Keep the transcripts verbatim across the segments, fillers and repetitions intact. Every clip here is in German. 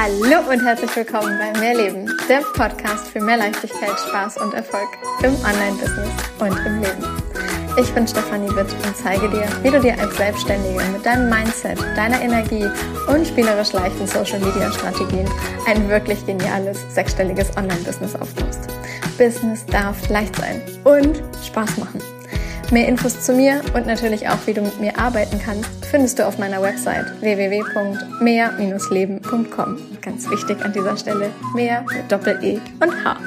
Hallo und herzlich willkommen bei Mehrleben, der Podcast für mehr Leichtigkeit, Spaß und Erfolg im Online-Business und im Leben. Ich bin Stefanie Witt und zeige dir, wie du dir als Selbstständige mit deinem Mindset, deiner Energie und spielerisch leichten Social-Media-Strategien ein wirklich geniales, sechsstelliges Online-Business aufbaust. Business darf leicht sein und Spaß machen. Mehr Infos zu mir und natürlich auch, wie du mit mir arbeiten kannst, findest du auf meiner Website w w w punkt mehr Bindestrich leben punkt com. Ganz wichtig an dieser Stelle, mehr mit Doppel-E und H.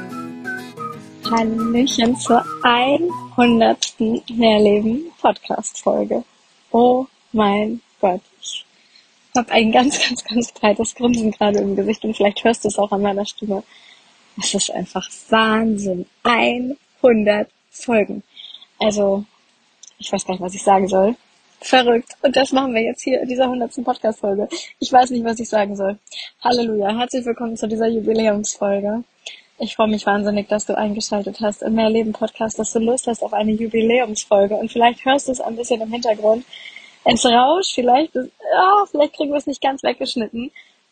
Hallöchen zur hundertsten Mehrleben-Podcast-Folge. Oh mein Gott, ich habe ein ganz, ganz, ganz breites Grinsen gerade im Gesicht und vielleicht hörst du es auch an meiner Stimme. Es ist einfach Wahnsinn. hundert Folgen. Also, ich weiß gar nicht, was ich sagen soll. Verrückt. Und das machen wir jetzt hier in dieser hundertsten Podcast-Folge. Ich weiß nicht, was ich sagen soll. Halleluja. Herzlich willkommen zu dieser Jubiläumsfolge. Ich freue mich wahnsinnig, dass du eingeschaltet hast im Mehrleben-Podcast, dass du Lust hast auf eine Jubiläumsfolge. Und vielleicht hörst du es ein bisschen im Hintergrund. Es rauscht, vielleicht, ja, vielleicht kriegen wir es nicht ganz weggeschnitten.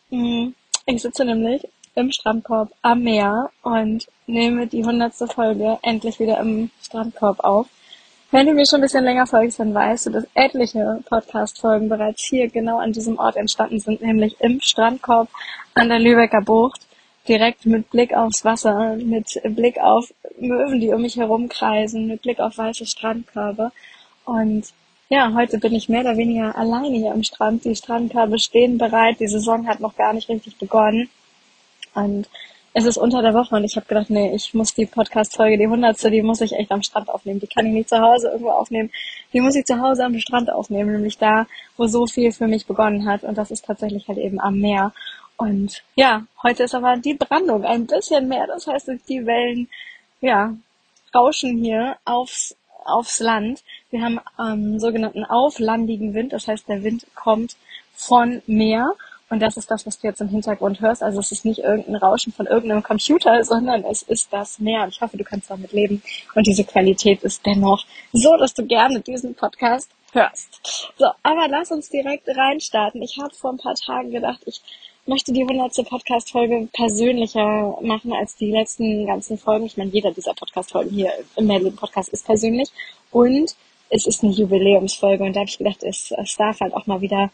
Ich sitze nämlich im Strandkorb am Meer und nehme die hundertste Folge endlich wieder im Strandkorb auf. Wenn du mir schon ein bisschen länger folgst, dann weißt du, dass etliche Podcast-Folgen bereits hier genau an diesem Ort entstanden sind, nämlich im Strandkorb an der Lübecker Bucht, direkt mit Blick aufs Wasser, mit Blick auf Möwen, die um mich herumkreisen, mit Blick auf weiße Strandkörbe. Und ja, heute bin ich mehr oder weniger alleine hier am Strand. Die Strandkörbe stehen bereit, die Saison hat noch gar nicht richtig begonnen. Und es ist unter der Woche und ich habe gedacht, nee, ich muss die Podcast-Folge, die hundertste, die muss ich echt am Strand aufnehmen. Die kann ich nicht zu Hause irgendwo aufnehmen. Die muss ich zu Hause am Strand aufnehmen, nämlich da, wo so viel für mich begonnen hat. Und das ist tatsächlich halt eben am Meer. Und ja, heute ist aber die Brandung ein bisschen mehr. Das heißt, die Wellen, ja, rauschen hier aufs, aufs Land. Wir haben ähm, sogenannten auflandigen Wind. Das heißt, der Wind kommt von Meer. Und das ist das, was du jetzt im Hintergrund hörst. Also es ist nicht irgendein Rauschen von irgendeinem Computer, sondern es ist das Meer. Und ich hoffe, du kannst damit leben. Und diese Qualität ist dennoch so, dass du gerne diesen Podcast hörst. So, aber lass uns direkt reinstarten. Ich habe vor ein paar Tagen gedacht, ich möchte die hundertste Podcast-Folge persönlicher machen als die letzten ganzen Folgen. Ich meine, jeder dieser Podcast-Folgen hier im Mehrleben-Podcast ist persönlich. Und es ist eine Jubiläumsfolge. Und da habe ich gedacht, es, es darf halt auch mal wieder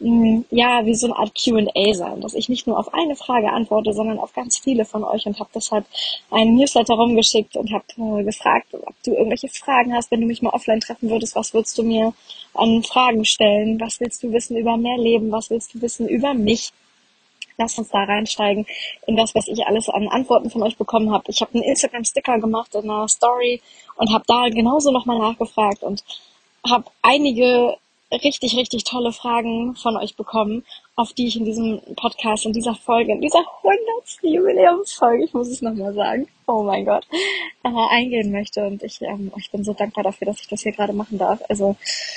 ja, wie so eine Art Q und A sein, dass ich nicht nur auf eine Frage antworte, sondern auf ganz viele von euch und habe deshalb einen Newsletter rumgeschickt und habe äh, gefragt, ob du irgendwelche Fragen hast, wenn du mich mal offline treffen würdest, was würdest du mir an Fragen stellen, was willst du wissen über Mehrleben, was willst du wissen über mich? Lass uns da reinsteigen in das, was ich alles an Antworten von euch bekommen habe. Ich habe einen Instagram-Sticker gemacht in einer Story und habe da genauso nochmal nachgefragt und habe einige richtig, richtig tolle Fragen von euch bekommen, auf die ich in diesem Podcast, in dieser Folge, in dieser hundertsten Jubiläumsfolge, ich muss es nochmal sagen, oh mein Gott, äh, eingehen möchte. Und ich, ähm, ich bin so dankbar dafür, dass ich das hier gerade machen darf. Also,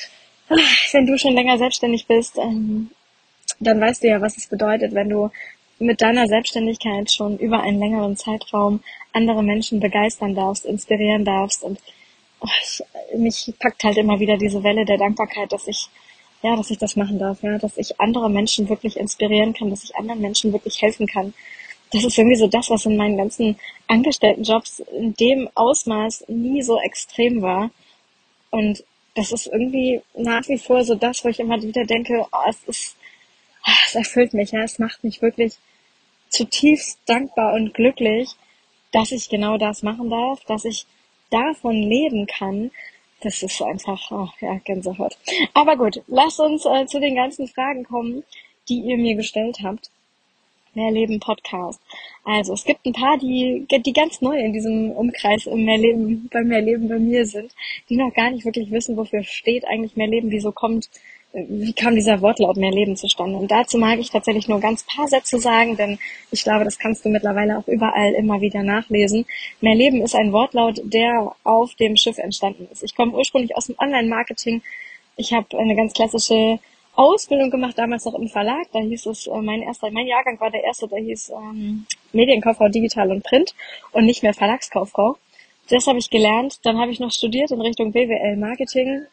wenn du schon länger selbstständig bist, ähm, dann weißt du ja, was es bedeutet, wenn du mit deiner Selbstständigkeit schon über einen längeren Zeitraum andere Menschen begeistern darfst, inspirieren darfst. Und oh, ich, mich packt halt immer wieder diese Welle der Dankbarkeit, dass ich, ja, dass ich das machen darf, ja, dass ich andere Menschen wirklich inspirieren kann, dass ich anderen Menschen wirklich helfen kann. Das ist irgendwie so das, was in meinen ganzen Angestelltenjobs in dem Ausmaß nie so extrem war. Und das ist irgendwie nach wie vor so das, wo ich immer wieder denke, oh, es ist, es erfüllt mich, ja, es macht mich wirklich zutiefst dankbar und glücklich, dass ich genau das machen darf, dass ich davon leben kann. Das ist einfach, oh, ja, Gänsehaut. Aber gut, lasst uns äh, zu den ganzen Fragen kommen, die ihr mir gestellt habt. Mehrleben Podcast. Also, es gibt ein paar, die, die ganz neu in diesem Umkreis im Mehrleben, bei Mehrleben bei mir sind, die noch gar nicht wirklich wissen, wofür steht eigentlich Mehrleben, wieso kommt, wie kam dieser Wortlaut Mehrleben zustande. Und dazu mag ich tatsächlich nur ganz paar Sätze sagen, denn ich glaube, das kannst du mittlerweile auch überall immer wieder nachlesen. Mehrleben ist ein Wortlaut, der auf dem Schiff entstanden ist. Ich komme ursprünglich aus dem Online-Marketing. Ich habe eine ganz klassische Ausbildung gemacht, damals noch im Verlag. Da hieß es, äh, mein erster, mein Jahrgang war der erste, da hieß ähm, Medienkauffrau Digital und Print und nicht mehr Verlagskauffrau. Das habe ich gelernt. Dann habe ich noch studiert in Richtung B W L Marketing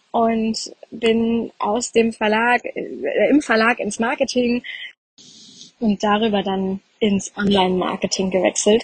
und bin aus dem Verlag, äh, im Verlag ins Marketing und darüber dann ins Online-Marketing gewechselt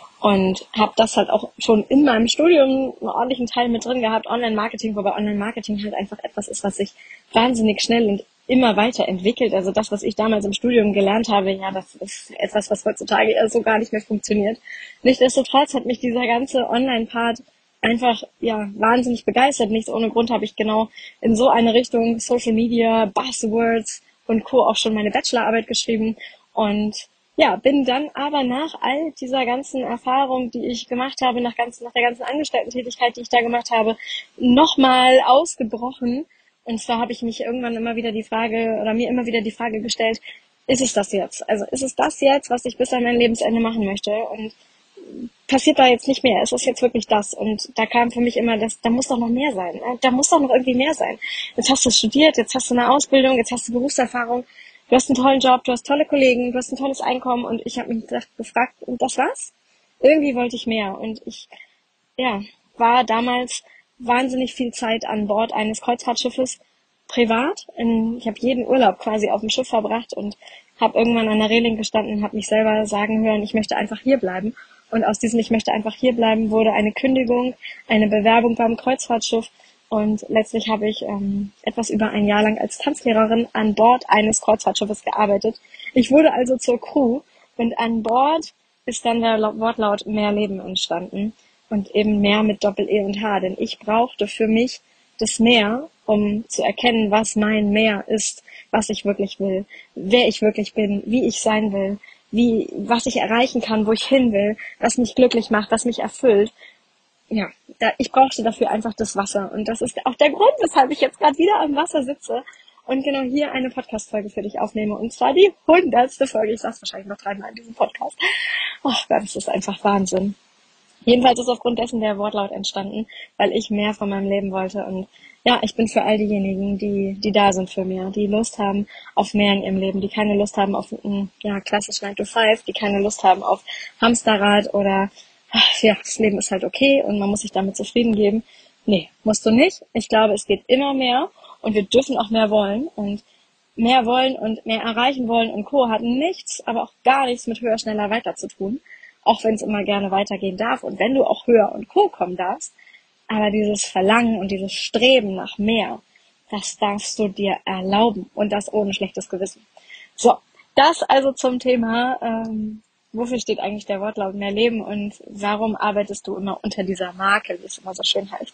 und habe das halt auch schon in meinem Studium einen ordentlichen Teil mit drin gehabt, Online-Marketing, wobei Online-Marketing halt einfach etwas ist, was sich wahnsinnig schnell und immer weiterentwickelt. Also das, was ich damals im Studium gelernt habe, ja, das ist etwas, was heutzutage eher so gar nicht mehr funktioniert. Nichtsdestotrotz hat mich dieser ganze Online-Part einfach, ja, wahnsinnig begeistert. Nicht ohne Grund habe ich genau in so eine Richtung Social Media, Buzzwords und Co. auch schon meine Bachelorarbeit geschrieben. Und ja, bin dann aber nach all dieser ganzen Erfahrung, die ich gemacht habe, nach, ganz, nach der ganzen Angestellten-Tätigkeit, die ich da gemacht habe, nochmal ausgebrochen. Und zwar habe ich mich irgendwann immer wieder die Frage, oder mir immer wieder die Frage gestellt, ist es das jetzt? Also ist es das jetzt, was ich bis an mein Lebensende machen möchte? Und passiert da jetzt nicht mehr? Ist es jetzt wirklich das? Und da kam für mich immer das, da muss doch noch mehr sein. Da muss doch noch irgendwie mehr sein. Jetzt hast du studiert, jetzt hast du eine Ausbildung, jetzt hast du Berufserfahrung, du hast einen tollen Job, du hast tolle Kollegen, du hast ein tolles Einkommen und ich habe mich gefragt, und das war's? Irgendwie wollte ich mehr und ich, ja, war damals wahnsinnig viel Zeit an Bord eines Kreuzfahrtschiffes privat. Ich habe jeden Urlaub quasi auf dem Schiff verbracht und habe irgendwann an der Reling gestanden und habe mich selber sagen hören, ich möchte einfach hier bleiben. Und aus diesem Ich möchte einfach hier bleiben wurde eine Kündigung, eine Bewerbung beim Kreuzfahrtschiff und letztlich habe ich ähm, etwas über ein Jahr lang als Tanzlehrerin an Bord eines Kreuzfahrtschiffes gearbeitet. Ich wurde also zur Crew und an Bord ist dann der Wortlaut mehr Leben entstanden. Und eben mehr mit Doppel-E und H, denn ich brauchte für mich das Meer, um zu erkennen, was mein Meer ist, was ich wirklich will, wer ich wirklich bin, wie ich sein will, wie, was ich erreichen kann, wo ich hin will, was mich glücklich macht, was mich erfüllt. Ja, da, ich brauchte dafür einfach das Wasser und das ist auch der Grund, weshalb ich jetzt gerade wieder am Wasser sitze und genau hier eine Podcast-Folge für dich aufnehme und zwar die hundertste Folge. Ich sag's wahrscheinlich noch dreimal in diesem Podcast. Ach Gott, das ist einfach Wahnsinn. Jedenfalls ist aufgrund dessen der Wortlaut entstanden, weil ich mehr von meinem Leben wollte. Und ja, ich bin für all diejenigen, die die da sind für mich, die Lust haben auf mehr in ihrem Leben, die keine Lust haben auf ein ja, klassisch nine to five, die keine Lust haben auf Hamsterrad oder ach, ja, das Leben ist halt okay und man muss sich damit zufrieden geben. Nee, musst du nicht. Ich glaube, es geht immer mehr und wir dürfen auch mehr wollen. Und mehr wollen und mehr erreichen wollen und Co. hat nichts, aber auch gar nichts mit höher, schneller, weiter zu tun. Auch wenn es immer gerne weitergehen darf und wenn du auch höher und Co. kommen darfst, aber dieses Verlangen und dieses Streben nach mehr, das darfst du dir erlauben und das ohne schlechtes Gewissen. So, das also zum Thema, ähm, wofür steht eigentlich der Wortlaut mehr Leben und warum arbeitest du immer unter dieser Marke, wie es immer so schön heißt.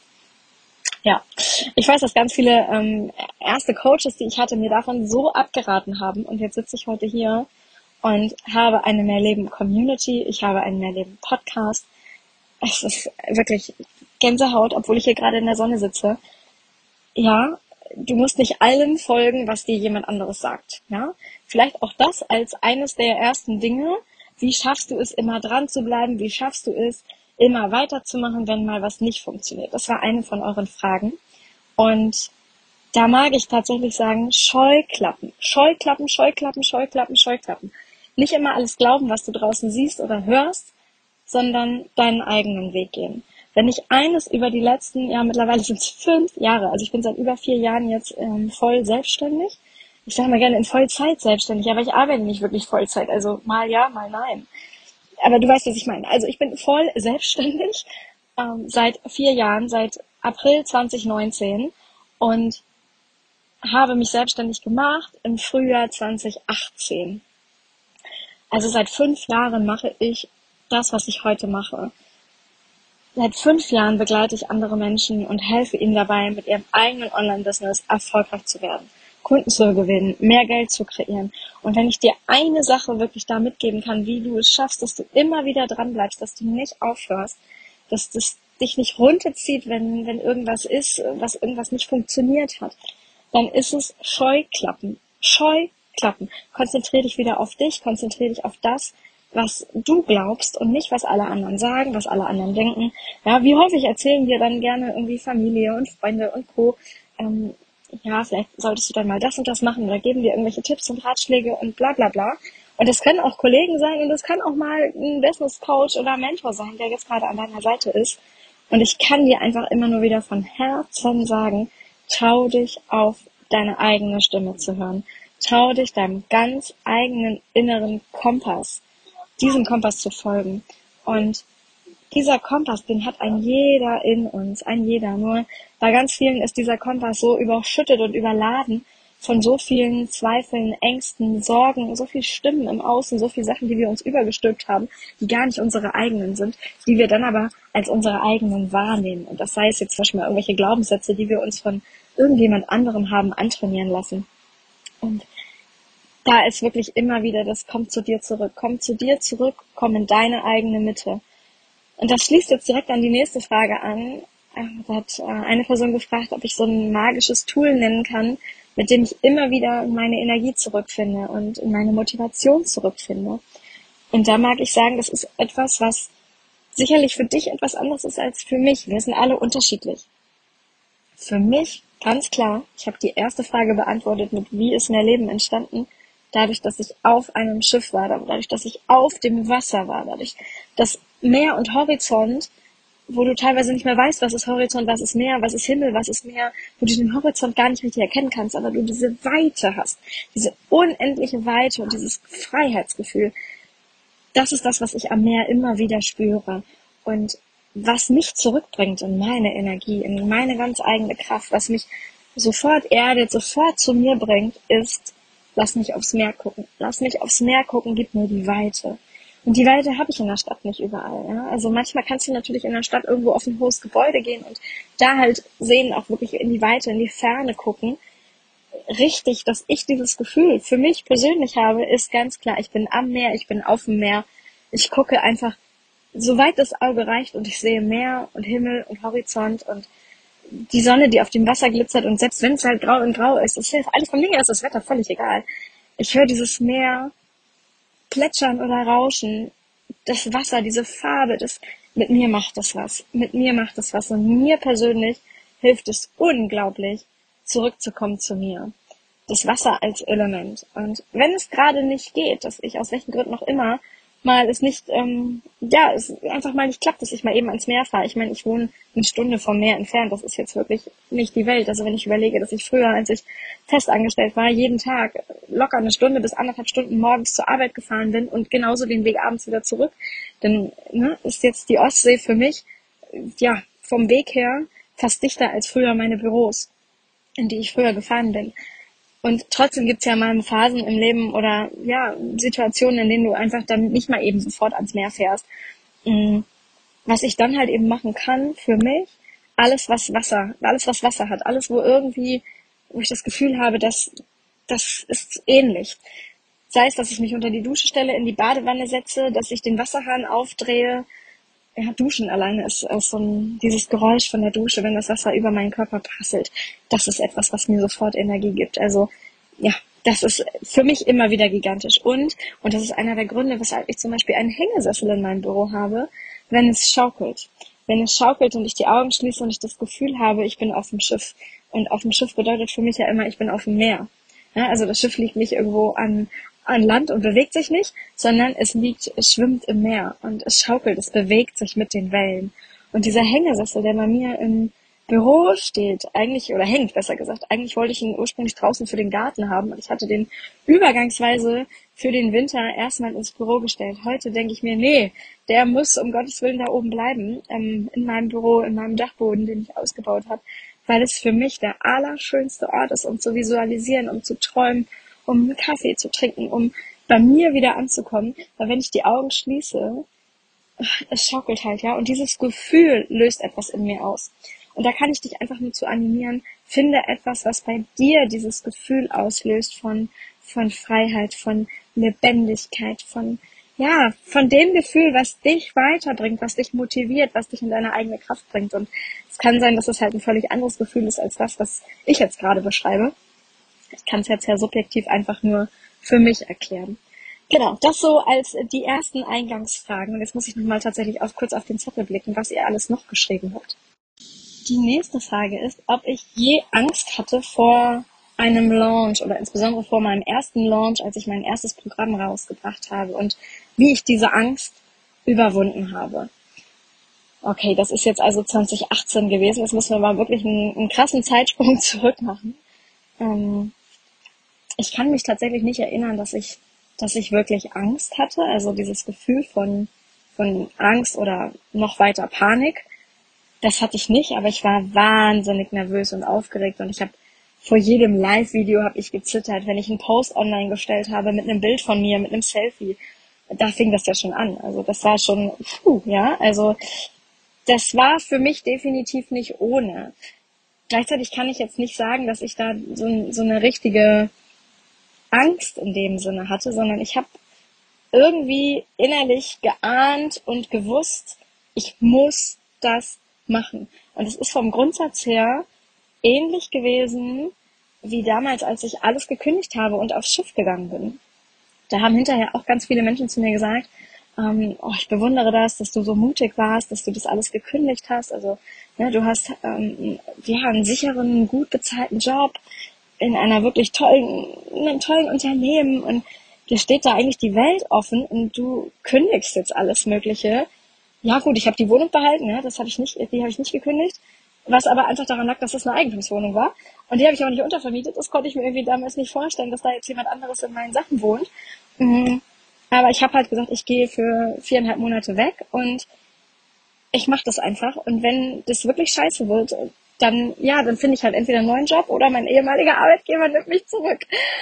Ja, ich weiß, dass ganz viele ähm, erste Coaches, die ich hatte, mir davon so abgeraten haben und jetzt sitze ich heute hier und habe eine Mehrleben-Community, ich habe einen Mehrleben-Podcast. Es ist wirklich Gänsehaut, obwohl ich hier gerade in der Sonne sitze. Ja, du musst nicht allem folgen, was dir jemand anderes sagt. Ja, vielleicht auch das als eines der ersten Dinge. Wie schaffst du es, immer dran zu bleiben? Wie schaffst du es, immer weiterzumachen, wenn mal was nicht funktioniert? Das war eine von euren Fragen. Und da mag ich tatsächlich sagen, Scheuklappen. Scheuklappen, Scheuklappen, Scheuklappen, Scheuklappen. Nicht immer alles glauben, was du draußen siehst oder hörst, sondern deinen eigenen Weg gehen. Wenn ich eines über die letzten, ja mittlerweile sind es fünf Jahre, also ich bin seit über vier Jahren jetzt ähm, voll selbstständig. Ich sage mal gerne in Vollzeit selbstständig, aber ich arbeite nicht wirklich Vollzeit, also mal ja, mal nein. Aber du weißt, was ich meine. Also ich bin voll selbstständig ähm, seit vier Jahren, seit April zwanzig neunzehn und habe mich selbstständig gemacht im Frühjahr zwanzig achtzehn. Also seit fünf Jahren mache ich das, was ich heute mache. Seit fünf Jahren begleite ich andere Menschen und helfe ihnen dabei, mit ihrem eigenen Online-Business erfolgreich zu werden, Kunden zu gewinnen, mehr Geld zu kreieren. Und wenn ich dir eine Sache wirklich da mitgeben kann, wie du es schaffst, dass du immer wieder dran bleibst, dass du nicht aufhörst, dass das dich nicht runterzieht, wenn, wenn irgendwas ist, was irgendwas nicht funktioniert hat, dann ist es Scheuklappen. Scheuklappen. Konzentriere dich wieder auf dich, konzentriere dich auf das, was du glaubst und nicht, was alle anderen sagen, was alle anderen denken. Ja, wie häufig erzählen dir dann gerne irgendwie Familie und Freunde und Co., ähm, ja, vielleicht solltest du dann mal das und das machen oder geben dir irgendwelche Tipps und Ratschläge und bla bla bla. Und das können auch Kollegen sein und das kann auch mal ein Business Coach oder Mentor sein, der jetzt gerade an deiner Seite ist. Und ich kann dir einfach immer nur wieder von Herzen sagen, trau dich auf deine eigene Stimme zu hören. trau dich deinem ganz eigenen inneren Kompass, diesem Kompass zu folgen. Und dieser Kompass, den hat ein jeder in uns, ein jeder. Nur bei ganz vielen ist dieser Kompass so überschüttet und überladen von so vielen Zweifeln, Ängsten, Sorgen, so viel Stimmen im Außen, so viele Sachen, die wir uns übergestülpt haben, die gar nicht unsere eigenen sind, die wir dann aber als unsere eigenen wahrnehmen. Und das sei es jetzt zum Beispiel mal irgendwelche Glaubenssätze, die wir uns von irgendjemand anderem haben antrainieren lassen. Und da ist wirklich immer wieder das, komm zu dir zurück, komm zu dir zurück, komm in deine eigene Mitte. Und das schließt jetzt direkt an die nächste Frage an. Da hat eine Person gefragt, ob ich so ein magisches Tool nennen kann, mit dem ich immer wieder meine Energie zurückfinde und in meine Motivation zurückfinde. Und da mag ich sagen, das ist etwas, was sicherlich für dich etwas anderes ist als für mich. Wir sind alle unterschiedlich. Für mich ganz klar, ich habe die erste Frage beantwortet mit, wie ist mehr Leben entstanden? Dadurch, dass ich auf einem Schiff war, dadurch, dass ich auf dem Wasser war, dadurch, dass Meer und Horizont, wo du teilweise nicht mehr weißt, was ist Horizont, was ist Meer, was ist Himmel, was ist Meer, wo du den Horizont gar nicht richtig erkennen kannst, aber du diese Weite hast, diese unendliche Weite und dieses Freiheitsgefühl. Das ist das, was ich am Meer immer wieder spüre und was mich zurückbringt in meine Energie, in meine ganz eigene Kraft, was mich sofort erdet, sofort zu mir bringt, ist, lass mich aufs Meer gucken. Lass mich aufs Meer gucken, gib mir die Weite. Und die Weite habe ich in der Stadt nicht überall. Ja? Also manchmal kannst du natürlich in der Stadt irgendwo auf ein hohes Gebäude gehen und da halt sehen, auch wirklich in die Weite, in die Ferne gucken. Richtig, dass ich dieses Gefühl für mich persönlich habe, ist ganz klar, ich bin am Meer, ich bin auf dem Meer. Ich gucke einfach, soweit das Auge reicht und ich sehe Meer und Himmel und Horizont und die Sonne, die auf dem Wasser glitzert und selbst wenn es halt grau und grau ist, ist alles von mir ist das Wetter völlig egal. Ich höre dieses Meer plätschern oder rauschen, das Wasser, diese Farbe, das, mit mir macht das was. Mit mir macht das was und mir persönlich hilft es unglaublich, zurückzukommen zu mir. Das Wasser als Element. Und wenn es gerade nicht geht, dass ich aus welchen Gründen auch immer mal es nicht, ähm, ja, es einfach mal nicht klappt, dass ich mal eben ans Meer fahre. Ich meine, ich wohne eine Stunde vom Meer entfernt. Das ist jetzt wirklich nicht die Welt. Also wenn ich überlege, dass ich früher, als ich festangestellt war, jeden Tag locker eine Stunde bis anderthalb Stunden morgens zur Arbeit gefahren bin und genauso den Weg abends wieder zurück, dann ne, ist jetzt die Ostsee für mich, ja, vom Weg her fast dichter als früher meine Büros, in die ich früher gefahren bin. Und trotzdem gibt's ja mal Phasen im Leben oder ja Situationen, in denen du einfach dann nicht mal eben sofort ans Meer fährst. Was ich dann halt eben machen kann für mich, alles was Wasser, alles was Wasser hat, alles wo irgendwie, wo ich das Gefühl habe, dass das ist ähnlich. Sei es, dass ich mich unter die Dusche stelle, in die Badewanne setze, dass ich den Wasserhahn aufdrehe. Ja, Duschen alleine ist, ist so ein, dieses Geräusch von der Dusche, wenn das Wasser über meinen Körper prasselt. Das ist etwas, was mir sofort Energie gibt. Also, ja, das ist für mich immer wieder gigantisch. Und, und das ist einer der Gründe, weshalb ich zum Beispiel einen Hängesessel in meinem Büro habe, wenn es schaukelt. Wenn es schaukelt und ich die Augen schließe und ich das Gefühl habe, ich bin auf dem Schiff. Und auf dem Schiff bedeutet für mich ja immer, ich bin auf dem Meer. Ja, also das Schiff liegt nicht irgendwo an, an Land und bewegt sich nicht, sondern es liegt, es schwimmt im Meer und es schaukelt, es bewegt sich mit den Wellen. Und dieser Hängesessel, der bei mir im Büro steht, eigentlich, oder hängt, besser gesagt, eigentlich wollte ich ihn ursprünglich draußen für den Garten haben und ich hatte den übergangsweise für den Winter erstmal ins Büro gestellt. Heute denke ich mir, nee, der muss um Gottes Willen da oben bleiben, ähm, in meinem Büro, in meinem Dachboden, den ich ausgebaut habe, weil es für mich der allerschönste Ort ist, um zu visualisieren, um zu träumen, um einen Kaffee zu trinken, um bei mir wieder anzukommen, weil wenn ich die Augen schließe, es schaukelt halt, ja, und dieses Gefühl löst etwas in mir aus. Und da kann ich dich einfach nur zu animieren, finde etwas, was bei dir dieses Gefühl auslöst von, von Freiheit, von Lebendigkeit, von, ja, von dem Gefühl, was dich weiterbringt, was dich motiviert, was dich in deine eigene Kraft bringt. Und es kann sein, dass es halt ein völlig anderes Gefühl ist, als das, was ich jetzt gerade beschreibe. Ich kann es jetzt ja subjektiv einfach nur für mich erklären. Genau, das so als die ersten Eingangsfragen. Und jetzt muss ich nochmal tatsächlich auf, kurz auf den Zettel blicken, was ihr alles noch geschrieben habt. Die nächste Frage ist, ob ich je Angst hatte vor einem Launch oder insbesondere vor meinem ersten Launch, als ich mein erstes Programm rausgebracht habe und wie ich diese Angst überwunden habe. Okay, das ist jetzt also zwanzig achtzehn gewesen. Jetzt müssen wir mal wirklich einen, einen krassen Zeitsprung zurück machen. Ähm, ich kann mich tatsächlich nicht erinnern, dass ich, dass ich wirklich Angst hatte. Also dieses Gefühl von, von Angst oder noch weiter Panik, das hatte ich nicht, aber ich war wahnsinnig nervös und aufgeregt und ich habe vor jedem Live-Video habe ich gezittert, wenn ich einen Post online gestellt habe mit einem Bild von mir, mit einem Selfie. Da fing das ja schon an. Also das war schon, puh, ja, also das war für mich definitiv nicht ohne. Gleichzeitig kann ich jetzt nicht sagen, dass ich da so, so eine richtige Angst in dem Sinne hatte, sondern ich habe irgendwie innerlich geahnt und gewusst, ich muss das machen. Und es ist vom Grundsatz her ähnlich gewesen wie damals, als ich alles gekündigt habe und aufs Schiff gegangen bin. Da haben hinterher auch ganz viele Menschen zu mir gesagt, ähm, oh, ich bewundere das, dass du so mutig warst, dass du das alles gekündigt hast. Also ne, du hast ähm, ja, einen sicheren, gut bezahlten Job in einer wirklich tollen, in einem tollen Unternehmen und dir steht da eigentlich die Welt offen und du kündigst jetzt alles Mögliche. Ja gut, ich habe die Wohnung behalten, ja, das habe ich nicht, die habe ich nicht gekündigt, was aber einfach daran lag, dass das eine Eigentumswohnung war und die habe ich auch nicht untervermietet. Das konnte ich mir irgendwie damals nicht vorstellen, dass da jetzt jemand anderes in meinen Sachen wohnt. Mhm. Aber ich habe halt gesagt, ich gehe für viereinhalb Monate weg und ich mache das einfach. Und wenn das wirklich scheiße wird, dann ja, dann finde ich halt entweder einen neuen Job oder mein ehemaliger Arbeitgeber nimmt mich zurück.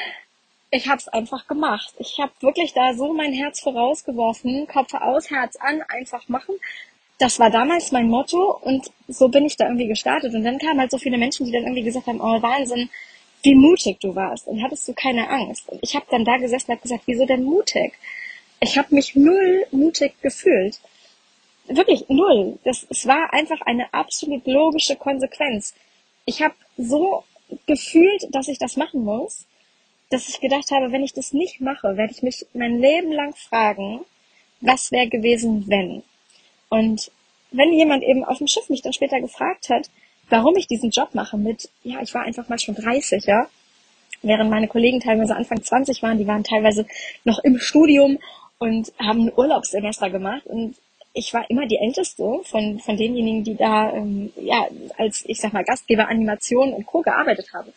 Ich habe es einfach gemacht. Ich habe wirklich da so mein Herz vorausgeworfen, Kopf aus, Herz an, einfach machen. Das war damals mein Motto und so bin ich da irgendwie gestartet. Und dann kamen halt so viele Menschen, die dann irgendwie gesagt haben, oh Wahnsinn, wie mutig du warst und hattest du keine Angst. Und ich habe dann da gesessen und habe gesagt, wieso denn mutig? Ich habe mich null mutig gefühlt. Wirklich null. Das, es war einfach eine absolut logische Konsequenz. Ich habe so gefühlt, dass ich das machen muss, dass ich gedacht habe, wenn ich das nicht mache, werde ich mich mein Leben lang fragen, was wäre gewesen, wenn. Und wenn jemand eben auf dem Schiff mich dann später gefragt hat, warum ich diesen Job mache mit, ja, ich war einfach mal schon dreißig, ja, während meine Kollegen teilweise Anfang zwanzig waren, die waren teilweise noch im Studium und haben ein Urlaubssemester gemacht und ich war immer die Älteste von, von denjenigen, die da, ähm, ja, als, ich sag mal, Gastgeber, Animation und Co. gearbeitet haben.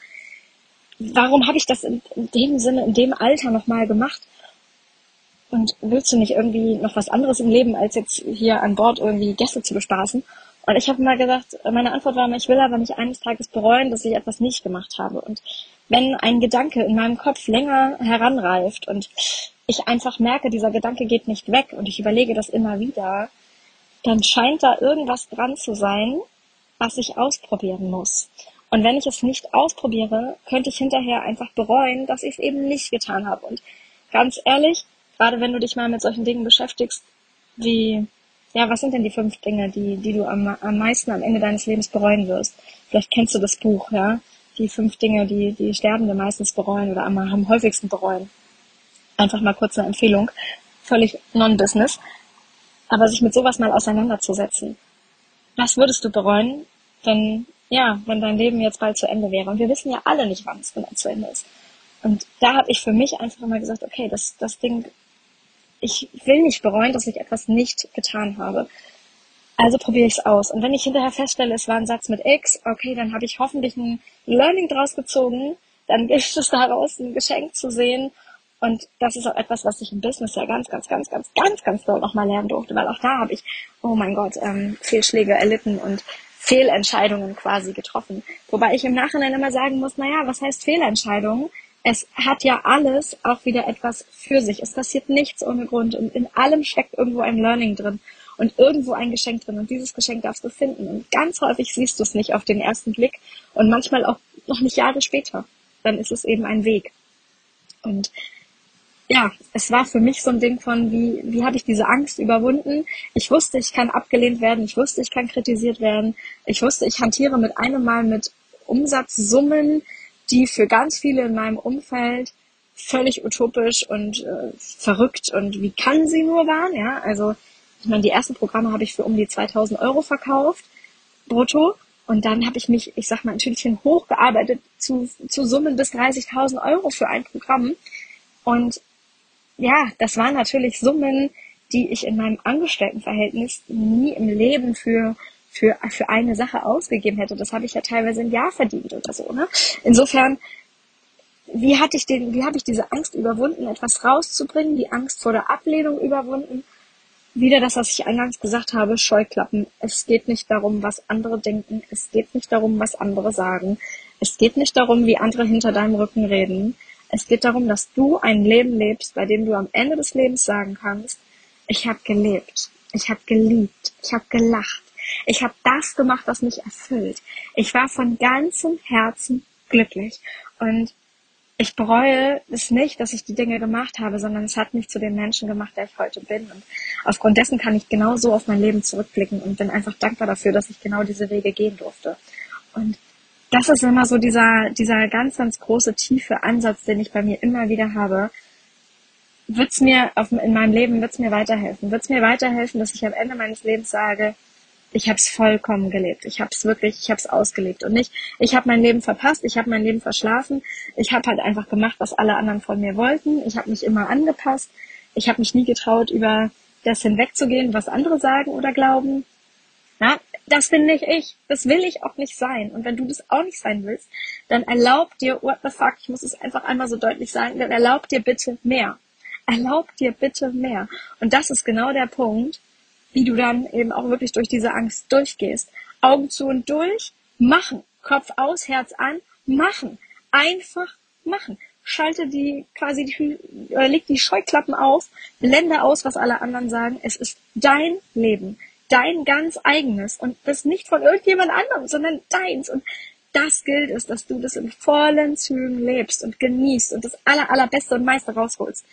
Warum habe ich das in, in dem Sinne, in dem Alter nochmal gemacht? Und willst du nicht irgendwie noch was anderes im Leben, als jetzt hier an Bord irgendwie Gäste zu bespaßen? Und ich habe mal gesagt, meine Antwort war, ich will aber nicht eines Tages bereuen, dass ich etwas nicht gemacht habe. Und wenn ein Gedanke in meinem Kopf länger heranreift und ich einfach merke, dieser Gedanke geht nicht weg und ich überlege das immer wieder, dann scheint da irgendwas dran zu sein, was ich ausprobieren muss. Und wenn ich es nicht ausprobiere, könnte ich hinterher einfach bereuen, dass ich es eben nicht getan habe. Und ganz ehrlich, gerade wenn du dich mal mit solchen Dingen beschäftigst, wie, ja, was sind denn die fünf Dinge, die, die du am, am meisten am Ende deines Lebens bereuen wirst? Vielleicht kennst du das Buch, ja? Die fünf Dinge, die die Sterbende meistens bereuen oder am, am häufigsten bereuen. Einfach mal kurz eine Empfehlung. Völlig non-business. Aber sich mit sowas mal auseinanderzusetzen. Was würdest du bereuen, wenn, ja, wenn dein Leben jetzt bald zu Ende wäre? Und wir wissen ja alle nicht, wann es genau zu Ende ist. Und da habe ich für mich einfach immer gesagt, okay, das, das Ding, ich will nicht bereuen, dass ich etwas nicht getan habe. Also probiere ich es aus. Und wenn ich hinterher feststelle, es war ein Satz mit X, okay, dann habe ich hoffentlich ein Learning draus gezogen. Dann gilt es daraus, ein Geschenk zu sehen. Und das ist auch etwas, was ich im Business ja ganz, ganz, ganz, ganz, ganz, ganz doll nochmal lernen durfte. Weil auch da habe ich, oh mein Gott, ähm, Fehlschläge erlitten und Fehlentscheidungen quasi getroffen. Wobei ich im Nachhinein immer sagen muss, naja, was heißt Fehlentscheidungen? Es hat ja alles auch wieder etwas für sich. Es passiert nichts ohne Grund. Und in allem steckt irgendwo ein Learning drin und irgendwo ein Geschenk drin. Und dieses Geschenk darfst du finden. Und ganz häufig siehst du es nicht auf den ersten Blick und manchmal auch noch nicht Jahre später. Dann ist es eben ein Weg. Und ja, es war für mich so ein Ding von, wie, wie habe ich diese Angst überwunden? Ich wusste, ich kann abgelehnt werden. Ich wusste, ich kann kritisiert werden. Ich wusste, ich hantiere mit einem Mal mit Umsatzsummen, die für ganz viele in meinem Umfeld völlig utopisch und äh, verrückt und wie kann sie nur waren, ja, also ich meine, die ersten Programme habe ich für um die zweitausend Euro verkauft, brutto, und dann habe ich mich, ich sag mal, ein Stückchen hochgearbeitet zu, zu Summen bis dreißigtausend Euro für ein Programm, und ja, das waren natürlich Summen, die ich in meinem Angestelltenverhältnis nie im Leben für für für eine Sache ausgegeben hätte. Das habe ich ja teilweise ein Jahr verdient oder so, ne? Insofern, wie hatte ich den, wie habe ich diese Angst überwunden, etwas rauszubringen, die Angst vor der Ablehnung überwunden? Wieder das, was ich eingangs gesagt habe, Scheuklappen. Es geht nicht darum, was andere denken. Es geht nicht darum, was andere sagen. Es geht nicht darum, wie andere hinter deinem Rücken reden. Es geht darum, dass du ein Leben lebst, bei dem du am Ende des Lebens sagen kannst, ich habe gelebt, ich habe geliebt, ich habe gelacht, ich habe das gemacht, was mich erfüllt. Ich war von ganzem Herzen glücklich und ich bereue es nicht, dass ich die Dinge gemacht habe, sondern es hat mich zu dem Menschen gemacht, der ich heute bin. Und aufgrund dessen kann ich genau so auf mein Leben zurückblicken und bin einfach dankbar dafür, dass ich genau diese Wege gehen durfte. Und das ist immer so dieser, dieser ganz, ganz große, tiefe Ansatz, den ich bei mir immer wieder habe. Wird's mir auf, in meinem Leben, wird's mir weiterhelfen? Wird's mir weiterhelfen, dass ich am Ende meines Lebens sage, ich habe es vollkommen gelebt. Ich habe es wirklich, ich habe es ausgelebt. Und nicht, ich habe mein Leben verpasst, ich habe mein Leben verschlafen. Ich habe halt einfach gemacht, was alle anderen von mir wollten. Ich habe mich immer angepasst. Ich habe mich nie getraut, über das hinwegzugehen, was andere sagen oder glauben. Ja, das bin nicht ich. Das will ich auch nicht sein. Und wenn du das auch nicht sein willst, dann erlaub dir, what the fuck, ich muss es einfach einmal so deutlich sagen, dann erlaub dir bitte mehr. Erlaub dir bitte mehr. Und das ist genau der Punkt, wie du dann eben auch wirklich durch diese Angst durchgehst. Augen zu und durch, machen. Kopf aus, Herz an, machen. Einfach machen. Schalte die, quasi die, oder leg die Scheuklappen auf, blende aus, was alle anderen sagen. Es ist dein Leben. Dein ganz eigenes. Und das nicht von irgendjemand anderem, sondern deins. Und das gilt es, dass du das in vollen Zügen lebst und genießt und das aller, allerbeste und meiste rausholst.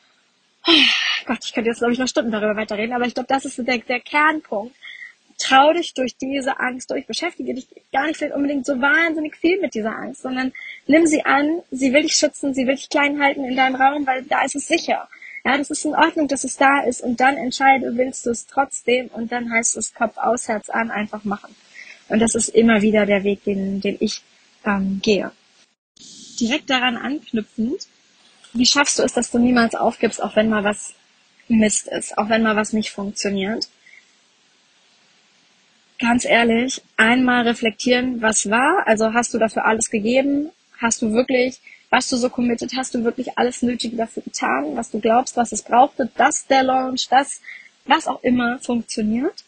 Oh Gott, ich könnte jetzt, glaube ich, noch Stunden darüber weiterreden, aber ich glaube, das ist der, der Kernpunkt. Trau dich durch diese Angst durch. Beschäftige dich gar nicht vielleicht unbedingt so wahnsinnig viel mit dieser Angst, sondern nimm sie an, sie will dich schützen, sie will dich klein halten in deinem Raum, weil da ist es sicher. Ja, das ist in Ordnung, dass es da ist und dann entscheide, willst du es trotzdem und dann heißt es Kopf aus, Herz an, einfach machen. Und das ist immer wieder der Weg, den, den ich ähm, gehe. Direkt daran anknüpfend, wie schaffst du es, dass du niemals aufgibst, auch wenn mal was Mist ist, auch wenn mal was nicht funktioniert? Ganz ehrlich, einmal reflektieren, was war, also hast du dafür alles gegeben, hast du wirklich, warst du so committed, hast du wirklich alles Nötige dafür getan, was du glaubst, was es brauchte, dass der Launch, das, was auch immer funktioniert?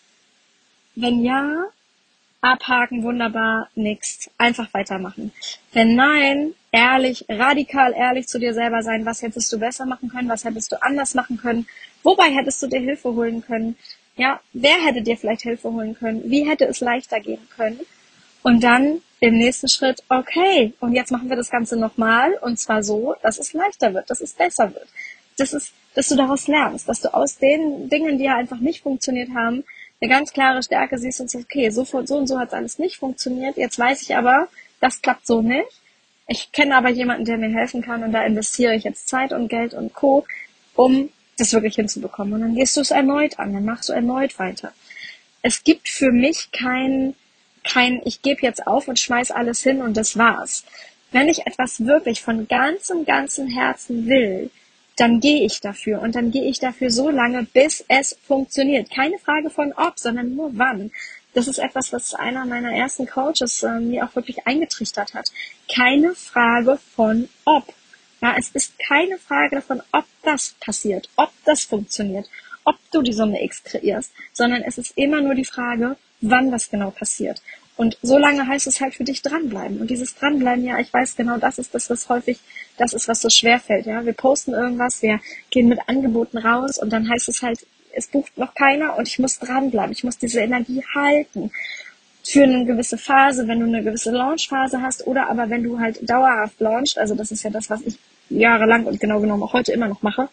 Wenn ja, abhaken, wunderbar, nix, einfach weitermachen. Wenn nein, ehrlich, radikal ehrlich zu dir selber sein, was hättest du besser machen können, was hättest du anders machen können, wobei hättest du dir Hilfe holen können, ja, wer hätte dir vielleicht Hilfe holen können, wie hätte es leichter gehen können und dann im nächsten Schritt, okay, und jetzt machen wir das Ganze nochmal und zwar so, dass es leichter wird, dass es besser wird, das ist, dass du daraus lernst, dass du aus den Dingen, die ja einfach nicht funktioniert haben, eine ganz klare Stärke siehst und sagst, okay, so, so und so hat es alles nicht funktioniert, jetzt weiß ich aber, das klappt so nicht. Ich kenne aber jemanden, der mir helfen kann und da investiere ich jetzt Zeit und Geld und Co., um das wirklich hinzubekommen. Und dann gehst du es erneut an, dann machst du erneut weiter. Es gibt für mich kein, kein ich gebe jetzt auf und schmeiß alles hin und das war's. Wenn ich etwas wirklich von ganzem, ganzem Herzen will, dann gehe ich dafür und dann gehe ich dafür so lange, bis es funktioniert. Keine Frage von ob, sondern nur wann. Das ist etwas, was einer meiner ersten Coaches äh, mir auch wirklich eingetrichtert hat. Keine Frage von ob. Ja, es ist keine Frage davon, ob das passiert, ob das funktioniert, ob du die Summe X kreierst, sondern es ist immer nur die Frage, wann das genau passiert. Und so lange heißt es halt für dich dranbleiben. Und dieses Dranbleiben, ja, ich weiß genau, das ist das, was häufig, das ist, was so schwer fällt. Ja, wir posten irgendwas, wir gehen mit Angeboten raus und dann heißt es halt, es bucht noch keiner und ich muss dranbleiben. Ich muss diese Energie halten für eine gewisse Phase, wenn du eine gewisse Launchphase hast oder aber wenn du halt dauerhaft launchst. Also das ist ja das, was ich jahrelang und genau genommen auch heute immer noch mache.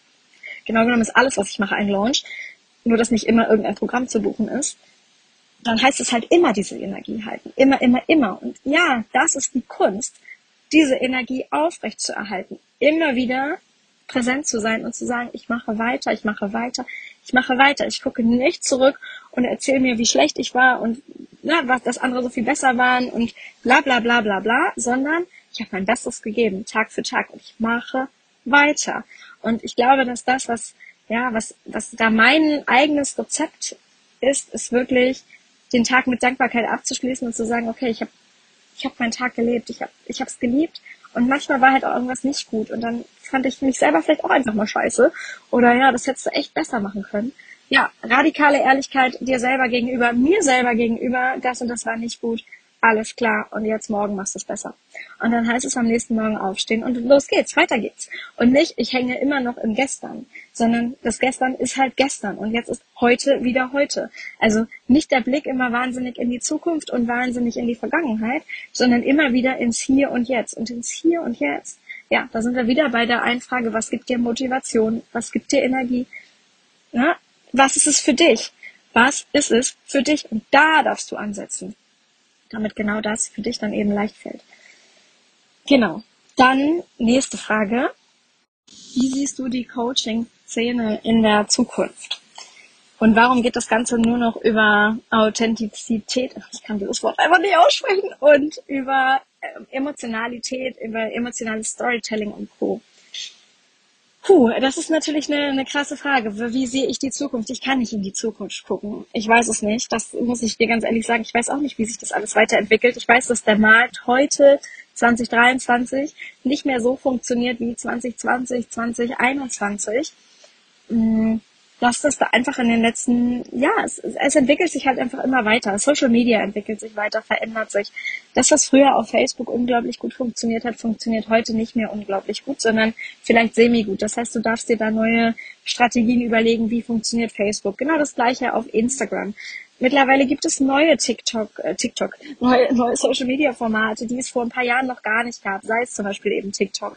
Genau genommen ist alles, was ich mache, ein Launch. Nur, dass nicht immer irgendein Programm zu buchen ist. Dann heißt es halt immer diese Energie halten. Immer, immer, immer. Und ja, das ist die Kunst, diese Energie aufrecht zu erhalten. Immer wieder präsent zu sein und zu sagen, ich mache weiter, ich mache weiter, ich mache weiter. Ich gucke nicht zurück und erzähle mir, wie schlecht ich war und na, was das andere so viel besser waren und bla bla bla bla bla, sondern ich habe mein Bestes gegeben, Tag für Tag und ich mache weiter. Und ich glaube, dass das, was, ja, was, was da mein eigenes Rezept ist, ist wirklich den Tag mit Dankbarkeit abzuschließen und zu sagen, okay, ich habe ich hab meinen Tag gelebt, ich habe ich habe es geliebt Und manchmal war halt auch irgendwas nicht gut und dann fand ich mich selber vielleicht auch einfach mal scheiße oder ja, das hättest du echt besser machen können. Ja, radikale Ehrlichkeit dir selber gegenüber, mir selber gegenüber, das und das war nicht gut. Alles klar, und jetzt morgen machst du es besser. Und dann heißt es am nächsten Morgen aufstehen und los geht's, weiter geht's. Und nicht, ich hänge immer noch im Gestern, sondern das Gestern ist halt gestern und jetzt ist heute wieder heute. Also nicht der Blick immer wahnsinnig in die Zukunft und wahnsinnig in die Vergangenheit, sondern immer wieder ins Hier und Jetzt. Und ins Hier und Jetzt, ja, da sind wir wieder bei der einen Frage, was gibt dir Motivation, was gibt dir Energie, na, was ist es für dich? Was ist es für dich? Und da darfst du ansetzen, damit genau das für dich dann eben leicht fällt. Genau. Dann nächste Frage. Wie siehst du die Coaching-Szene in der Zukunft? Und warum geht das Ganze nur noch über Authentizität, ich kann dieses Wort einfach nicht aussprechen, und über Emotionalität, über emotionales Storytelling und Co.? Puh, das ist natürlich eine, eine krasse Frage. Wie sehe ich die Zukunft? Ich kann nicht in die Zukunft gucken. Ich weiß es nicht. Das muss ich dir ganz ehrlich sagen. Ich weiß auch nicht, wie sich das alles weiterentwickelt. Ich weiß, dass der Markt heute, zwanzig dreiundzwanzig, nicht mehr so funktioniert wie zwanzig zwanzig, zwanzig einundzwanzig. Dass das da einfach in den letzten, ja, es, es entwickelt sich halt einfach immer weiter. Social Media entwickelt sich weiter, verändert sich. Das, was früher auf Facebook unglaublich gut funktioniert hat, funktioniert heute nicht mehr unglaublich gut, sondern vielleicht semi-gut. Das heißt, du darfst dir da neue Strategien überlegen, wie funktioniert Facebook. Genau das Gleiche auf Instagram. Mittlerweile gibt es neue TikTok, äh, TikTok, neue, neue Social Media Formate, die es vor ein paar Jahren noch gar nicht gab, sei es zum Beispiel eben TikTok.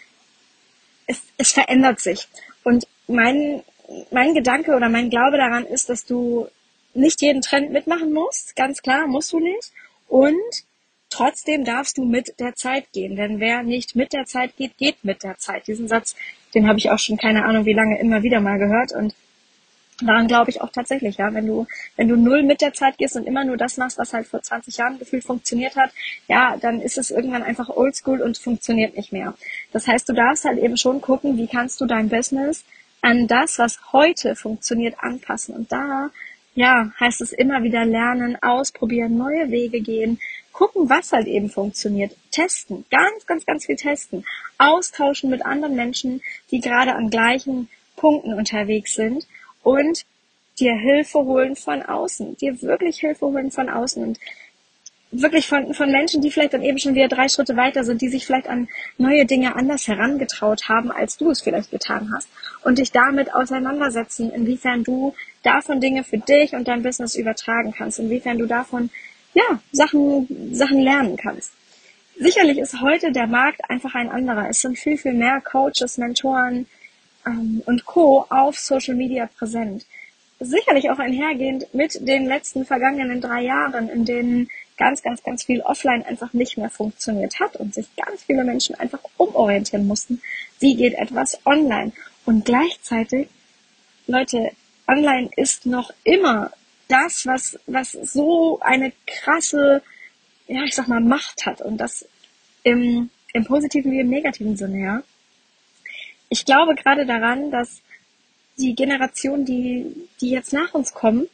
Es, es verändert sich. Und mein Mein Gedanke oder mein Glaube daran ist, dass du nicht jeden Trend mitmachen musst. Ganz klar, musst du nicht. Und trotzdem darfst du mit der Zeit gehen. Denn wer nicht mit der Zeit geht, geht mit der Zeit. Diesen Satz, den habe ich auch schon keine Ahnung wie lange immer wieder mal gehört. Und daran glaube ich auch tatsächlich, ja. Wenn du, wenn du null mit der Zeit gehst und immer nur das machst, was halt vor zwanzig Jahren gefühlt funktioniert hat, ja, dann ist es irgendwann einfach oldschool und funktioniert nicht mehr. Das heißt, du darfst halt eben schon gucken, wie kannst du dein Business an das, was heute funktioniert, anpassen. Und da, ja, heißt es immer wieder lernen, ausprobieren, neue Wege gehen, gucken, was halt eben funktioniert, testen, ganz, ganz, ganz viel testen, austauschen mit anderen Menschen, die gerade an gleichen Punkten unterwegs sind und dir Hilfe holen von außen, dir wirklich Hilfe holen von außen und wirklich von, von Menschen, die vielleicht dann eben schon wieder drei Schritte weiter sind, die sich vielleicht an neue Dinge anders herangetraut haben, als du es vielleicht getan hast. Und dich damit auseinandersetzen, inwiefern du davon Dinge für dich und dein Business übertragen kannst, inwiefern du davon, ja, Sachen, Sachen lernen kannst. Sicherlich ist heute der Markt einfach ein anderer. Es sind viel, viel mehr Coaches, Mentoren ähm, und Co. auf Social Media präsent. Sicherlich auch einhergehend mit den letzten vergangenen drei Jahren, in denen ganz, ganz, ganz viel offline einfach nicht mehr funktioniert hat und sich ganz viele Menschen einfach umorientieren mussten. Wie geht etwas online? Und gleichzeitig, Leute, online ist noch immer das, was, was so eine krasse, ja, ich sag mal, Macht hat. Und das im, im positiven wie im negativen Sinne, ja. Ich glaube gerade daran, dass die Generation, die, die jetzt nach uns kommen,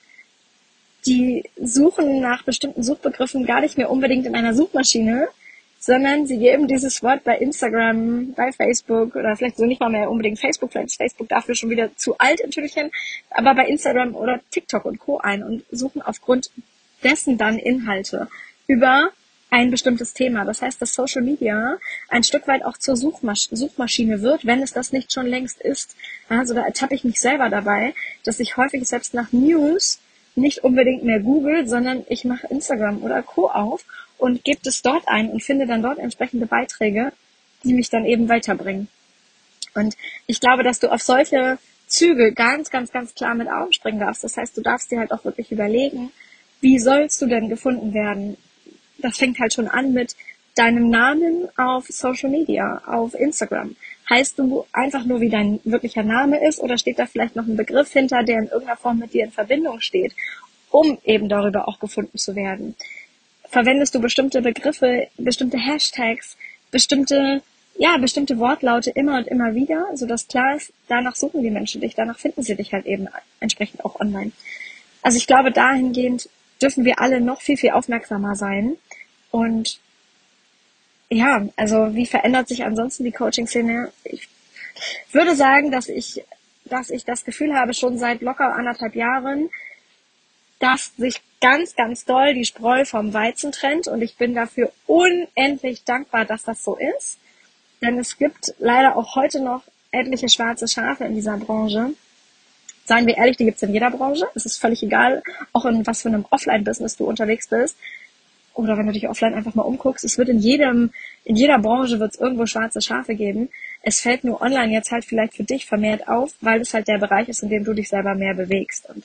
die suchen nach bestimmten Suchbegriffen gar nicht mehr unbedingt in einer Suchmaschine, sondern sie geben dieses Wort bei Instagram, bei Facebook oder vielleicht so nicht mal mehr unbedingt Facebook, vielleicht ist Facebook dafür schon wieder zu alt in Tüdelchen, aber bei Instagram oder TikTok und Co. ein und suchen aufgrund dessen dann Inhalte über ein bestimmtes Thema. Das heißt, dass Social Media ein Stück weit auch zur Suchmasch- Suchmaschine wird, wenn es das nicht schon längst ist. Also da ertappe ich mich selber dabei, dass ich häufig selbst nach News nicht unbedingt mehr Google, sondern ich mache Instagram oder Co. auf und gebe es dort ein und finde dann dort entsprechende Beiträge, die mich dann eben weiterbringen. Und ich glaube, dass du auf solche Züge ganz, ganz, ganz klar mit aufspringen darfst. Das heißt, du darfst dir halt auch wirklich überlegen, wie sollst du denn gefunden werden? Das fängt halt schon an mit deinem Namen auf Social Media, auf Instagram. Heißt du einfach nur, wie dein wirklicher Name ist, oder steht da vielleicht noch ein Begriff hinter, der in irgendeiner Form mit dir in Verbindung steht, um eben darüber auch gefunden zu werden? Verwendest du bestimmte Begriffe, bestimmte Hashtags, bestimmte, ja, bestimmte Wortlaute immer und immer wieder, sodass klar ist, danach suchen die Menschen dich, danach finden sie dich halt eben entsprechend auch online. Also ich glaube, dahingehend dürfen wir alle noch viel, viel aufmerksamer sein und ja, also wie verändert sich ansonsten die Coaching-Szene? Ich würde sagen, dass ich, dass ich das Gefühl habe, schon seit locker anderthalb Jahren, dass sich ganz, ganz doll die Spreu vom Weizen trennt und ich bin dafür unendlich dankbar, dass das so ist. Denn es gibt leider auch heute noch etliche schwarze Schafe in dieser Branche. Seien wir ehrlich, die gibt es in jeder Branche. Es ist völlig egal, auch in was für einem Offline-Business du unterwegs bist. Oder wenn du dich offline einfach mal umguckst. Es wird in jedem, in jeder Branche wird es irgendwo schwarze Schafe geben. Es fällt nur online jetzt halt vielleicht für dich vermehrt auf, weil es halt der Bereich ist, in dem du dich selber mehr bewegst. Und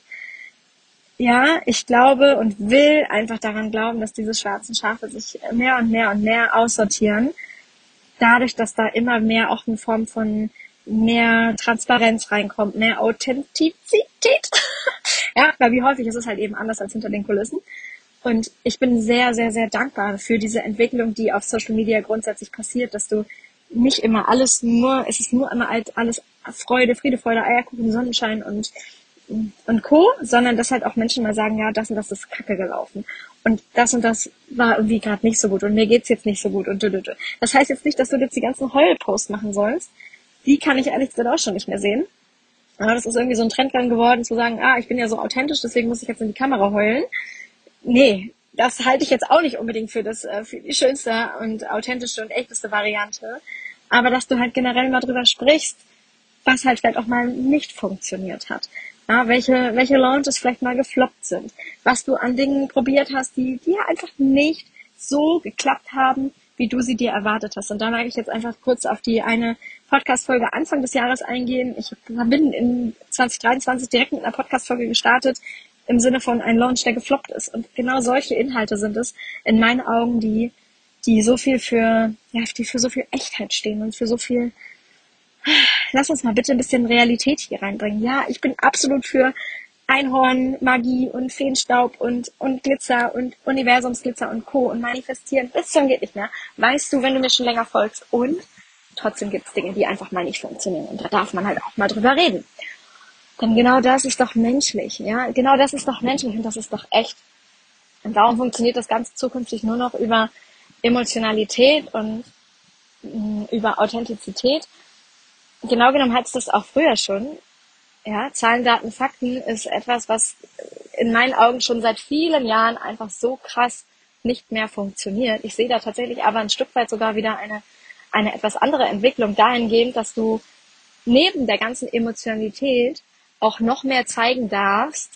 ja, ich glaube und will einfach daran glauben, dass diese schwarzen Schafe sich mehr und mehr und mehr aussortieren. Dadurch, dass da immer mehr auch eine Form von mehr Transparenz reinkommt, mehr Authentizität. Ja, weil wie häufig ist es halt eben anders als hinter den Kulissen. Und ich bin sehr, sehr, sehr dankbar für diese Entwicklung, die auf Social Media grundsätzlich passiert, dass du nicht immer alles nur, es ist nur immer alles Freude, Friede, Freude, Eierkuchen, Sonnenschein und und Co., sondern dass halt auch Menschen mal sagen, ja, das und das ist kacke gelaufen und das und das war irgendwie gerade nicht so gut und mir geht's jetzt nicht so gut und du, du, du. Das heißt jetzt nicht, dass du jetzt die ganzen Heulposts machen sollst. Die kann ich ehrlich gesagt auch schon nicht mehr sehen. Aber das ist irgendwie so ein Trend dann geworden, zu sagen, ah, ich bin ja so authentisch, deswegen muss ich jetzt in die Kamera heulen. Nee, das halte ich jetzt auch nicht unbedingt für das für die schönste und authentischste und echteste Variante. Aber dass du halt generell mal drüber sprichst, was halt vielleicht auch mal nicht funktioniert hat. Ja, welche, welche Launches vielleicht mal gefloppt sind. Was du an Dingen probiert hast, die, die einfach nicht so geklappt haben, wie du sie dir erwartet hast. Und da mag ich jetzt einfach kurz auf die eine Podcast-Folge Anfang des Jahres eingehen. Ich bin in zwanzig dreiundzwanzig direkt mit einer Podcast-Folge gestartet, im Sinne von ein Launch, der gefloppt ist. Und genau solche Inhalte sind es in meinen Augen, die, die so viel für, ja, die für so viel Echtheit stehen und für so viel, lass uns mal bitte ein bisschen Realität hier reinbringen. Ja, ich bin absolut für Einhorn, Magie und Feenstaub und, und Glitzer und Universumsglitzer und Co. und manifestieren bis zum geht nicht mehr. Weißt du, wenn du mir schon länger folgst. Und trotzdem gibt es Dinge, die einfach mal nicht funktionieren. Und da darf man halt auch mal drüber reden. Denn genau das ist doch menschlich. Ja, genau das ist doch menschlich und das ist doch echt. Und darum funktioniert das Ganze zukünftig nur noch über Emotionalität und mh, über Authentizität. Genau genommen hat es das auch früher schon. Ja, Zahlen, Daten, Fakten ist etwas, was in meinen Augen schon seit vielen Jahren einfach so krass nicht mehr funktioniert. Ich sehe da tatsächlich aber ein Stück weit sogar wieder eine, eine etwas andere Entwicklung dahingehend, dass du neben der ganzen Emotionalität auch noch mehr zeigen darfst,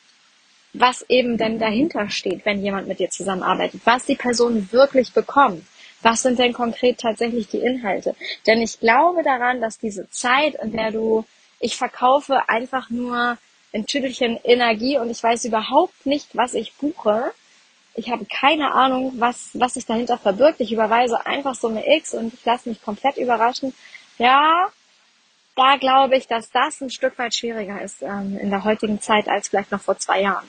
was eben denn dahinter steht, wenn jemand mit dir zusammenarbeitet, was die Person wirklich bekommt. Was sind denn konkret tatsächlich die Inhalte? Denn ich glaube daran, dass diese Zeit, in der du, ich verkaufe einfach nur ein Tüdelchen Energie und ich weiß überhaupt nicht, was ich buche. Ich habe keine Ahnung, was, was sich dahinter verbirgt. Ich überweise einfach so eine X und ich lasse mich komplett überraschen. Ja, da glaube ich, dass das ein Stück weit schwieriger ist ähm, in der heutigen Zeit als vielleicht noch vor zwei Jahren.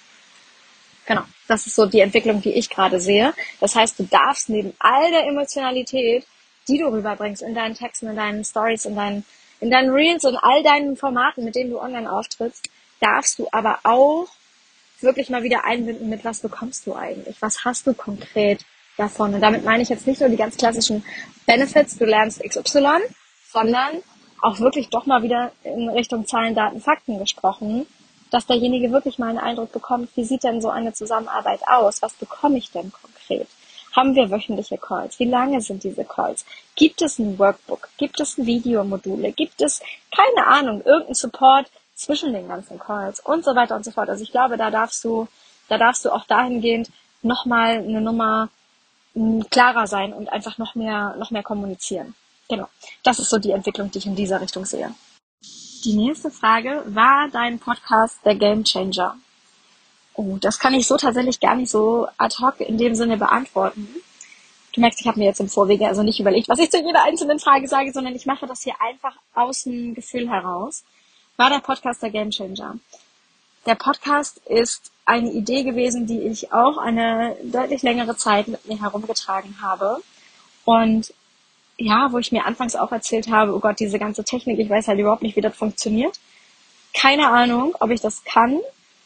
Genau, das ist so die Entwicklung, die ich gerade sehe. Das heißt, du darfst neben all der Emotionalität, die du rüberbringst in deinen Texten, in deinen Stories, in deinen, in deinen Reels und all deinen Formaten, mit denen du online auftrittst, darfst du aber auch wirklich mal wieder einbinden mit, was bekommst du eigentlich? Was hast du konkret davon? Und damit meine ich jetzt nicht nur die ganz klassischen Benefits, du lernst X Y, sondern auch wirklich doch mal wieder in Richtung Zahlen, Daten, Fakten gesprochen, dass derjenige wirklich mal einen Eindruck bekommt, wie sieht denn so eine Zusammenarbeit aus? Was bekomme ich denn konkret? Haben wir wöchentliche Calls? Wie lange sind diese Calls? Gibt es ein Workbook? Gibt es Videomodule? Gibt es, keine Ahnung, irgendeinen Support zwischen den ganzen Calls und so weiter und so fort? Also ich glaube, da darfst du, da darfst du auch dahingehend nochmal eine Nummer m, klarer sein und einfach noch mehr, noch mehr kommunizieren. Genau. Das ist so die Entwicklung, die ich in dieser Richtung sehe. Die nächste Frage, war dein Podcast der Gamechanger? Oh, das kann ich so tatsächlich gar nicht so ad hoc in dem Sinne beantworten. Du merkst, ich habe mir jetzt im Vorwege also nicht überlegt, was ich zu jeder einzelnen Frage sage, sondern ich mache das hier einfach aus dem Gefühl heraus. War der Podcast der Gamechanger? Der Podcast ist eine Idee gewesen, die ich auch eine deutlich längere Zeit mit mir herumgetragen habe. Und ja, wo ich mir anfangs auch erzählt habe, oh Gott, diese ganze Technik, ich weiß halt überhaupt nicht, wie das funktioniert. Keine Ahnung, ob ich das kann.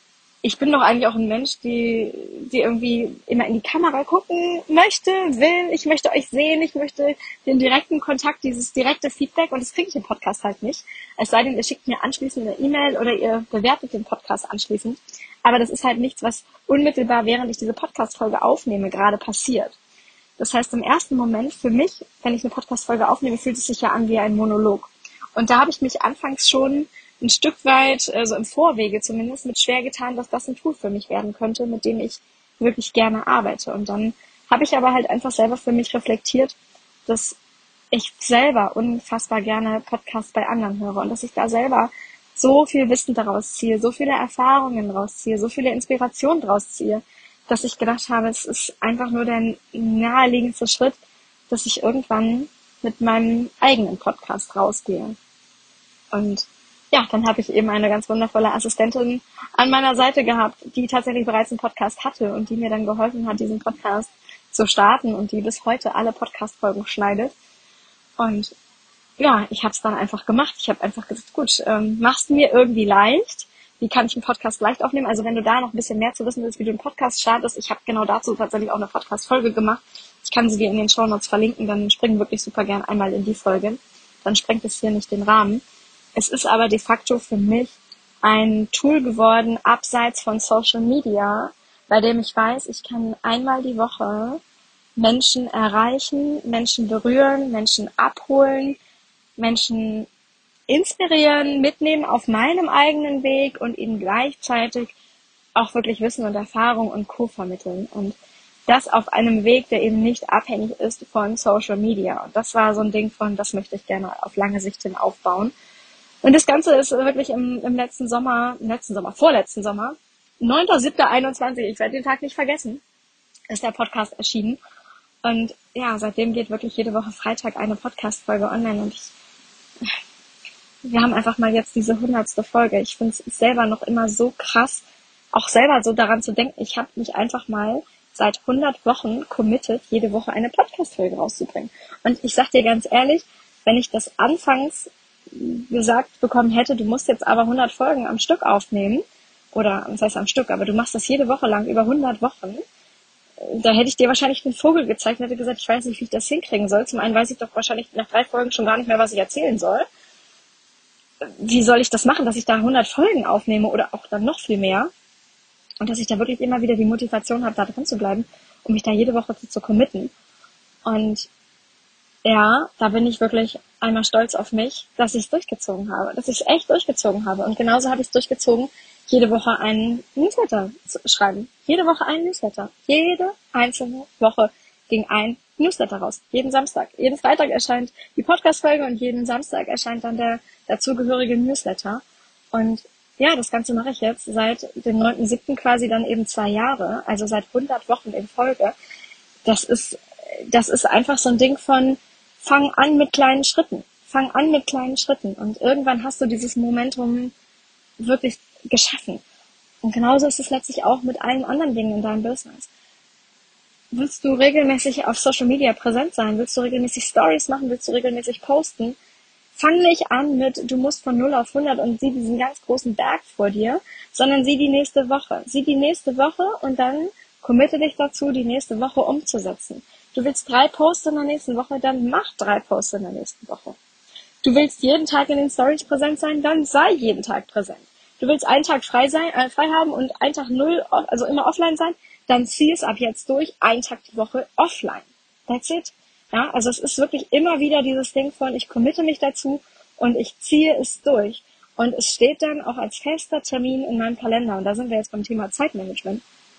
ich bin doch eigentlich auch ein Mensch, die, die irgendwie immer in die Kamera gucken möchte, will. Ich möchte euch sehen, ich möchte den direkten Kontakt, dieses direkte Feedback, und das kriege ich im Podcast halt nicht. Es sei denn, ihr schickt mir anschließend eine E-Mail oder ihr bewertet den Podcast anschließend. Aber das ist halt nichts, was unmittelbar, während ich diese Podcast-Folge aufnehme, gerade passiert. Das heißt, im ersten Moment für mich, wenn ich eine Podcast-Folge aufnehme, fühlt es sich ja an wie ein Monolog. Und da habe ich mich anfangs schon ein Stück weit, also im Vorwege zumindest, mit schwer getan, dass das ein Tool für mich werden könnte, mit dem ich wirklich gerne arbeite. Und dann habe ich aber halt einfach selber für mich reflektiert, dass ich selber unfassbar gerne Podcasts bei anderen höre und dass ich da selber so viel Wissen daraus ziehe, so viele Erfahrungen daraus ziehe, so viele Inspirationen daraus ziehe, dass ich gedacht habe, es ist einfach nur der naheliegendste Schritt, dass ich irgendwann mit meinem eigenen Podcast rausgehe. Und ja, dann habe ich eben eine ganz wundervolle Assistentin an meiner Seite gehabt, die tatsächlich bereits einen Podcast hatte und die mir dann geholfen hat, diesen Podcast zu starten und die bis heute alle Podcast-Folgen schneidet. Und ja, ich habe es dann einfach gemacht. Ich habe einfach gesagt, gut, ähm, machst du mir irgendwie leicht? Wie kann ich einen Podcast leicht aufnehmen? Also wenn du da noch ein bisschen mehr zu wissen willst, wie du einen Podcast startest, ich habe genau dazu tatsächlich auch eine Podcast-Folge gemacht. Ich kann sie dir in den Shownotes verlinken, dann springen wirklich super gern einmal in die Folge. Dann sprengt es hier nicht den Rahmen. Es ist aber de facto für mich ein Tool geworden, abseits von Social Media, bei dem ich weiß, ich kann einmal die Woche Menschen erreichen, Menschen berühren, Menschen abholen, Menschen inspirieren, mitnehmen auf meinem eigenen Weg und ihnen gleichzeitig auch wirklich Wissen und Erfahrung und Co. vermitteln. Und das auf einem Weg, der eben nicht abhängig ist von Social Media. Und das war so ein Ding von, das möchte ich gerne auf lange Sicht hin aufbauen. Und das Ganze ist wirklich im, im letzten Sommer, im letzten Sommer, vorletzten Sommer, neunter siebter einundzwanzig, ich werde den Tag nicht vergessen, ist der Podcast erschienen. Und ja, seitdem geht wirklich jede Woche Freitag eine Podcast-Folge online und ich, wir haben einfach mal jetzt diese hundertste Folge. Ich finde es selber noch immer so krass, auch selber so daran zu denken, ich habe mich einfach mal seit hundert Wochen committed, jede Woche eine Podcast-Folge rauszubringen. Und ich sag dir ganz ehrlich, wenn ich das anfangs gesagt bekommen hätte, du musst jetzt aber hundert Folgen am Stück aufnehmen, oder, das heißt am Stück, aber du machst das jede Woche lang, über hundert Wochen, da hätte ich dir wahrscheinlich den Vogel gezeigt und hätte gesagt, ich weiß nicht, wie ich das hinkriegen soll. Zum einen weiß ich doch wahrscheinlich nach drei Folgen schon gar nicht mehr, was ich erzählen soll. Wie soll ich das machen, dass ich da hundert Folgen aufnehme oder auch dann noch viel mehr? Und dass ich da wirklich immer wieder die Motivation habe, da drin zu bleiben, um mich da jede Woche zu, zu committen. Und ja, da bin ich wirklich einmal stolz auf mich, dass ich es durchgezogen habe, dass ich es echt durchgezogen habe. Und genauso habe ich es durchgezogen, jede Woche einen Newsletter zu schreiben. Jede Woche einen Newsletter. Jede einzelne Woche ging ein Newsletter raus. Jeden Samstag. Jeden Freitag erscheint die Podcast-Folge und jeden Samstag erscheint dann der dazugehörige Newsletter. Und ja, das Ganze mache ich jetzt seit dem neunten siebten quasi dann eben zwei Jahre, also seit hundert Wochen in Folge. Das ist, das ist einfach so ein Ding von, fang an mit kleinen Schritten. Fang an mit kleinen Schritten. Und irgendwann hast du dieses Momentum wirklich geschaffen. Und genauso ist es letztlich auch mit allen anderen Dingen in deinem Business. Willst du regelmäßig auf Social Media präsent sein? Willst du regelmäßig Stories machen? Willst du regelmäßig posten? Fang nicht an mit, du musst von null auf hundert und sieh diesen ganz großen Berg vor dir, sondern sieh die nächste Woche. Sieh die nächste Woche und dann committe dich dazu, die nächste Woche umzusetzen. Du willst drei Posts in der nächsten Woche, dann mach drei Posts in der nächsten Woche. Du willst jeden Tag in den Stories präsent sein, dann sei jeden Tag präsent. Du willst einen Tag frei sein, äh, frei haben und einen Tag null, also immer offline sein, dann zieh es ab jetzt durch, einen Tag die Woche offline. That's it. Ja, also es ist wirklich immer wieder dieses Ding von, ich committe mich dazu und ich ziehe es durch. Und es steht dann auch als fester Termin in meinem Kalender. Und da sind wir jetzt beim Thema Zeitmanagement.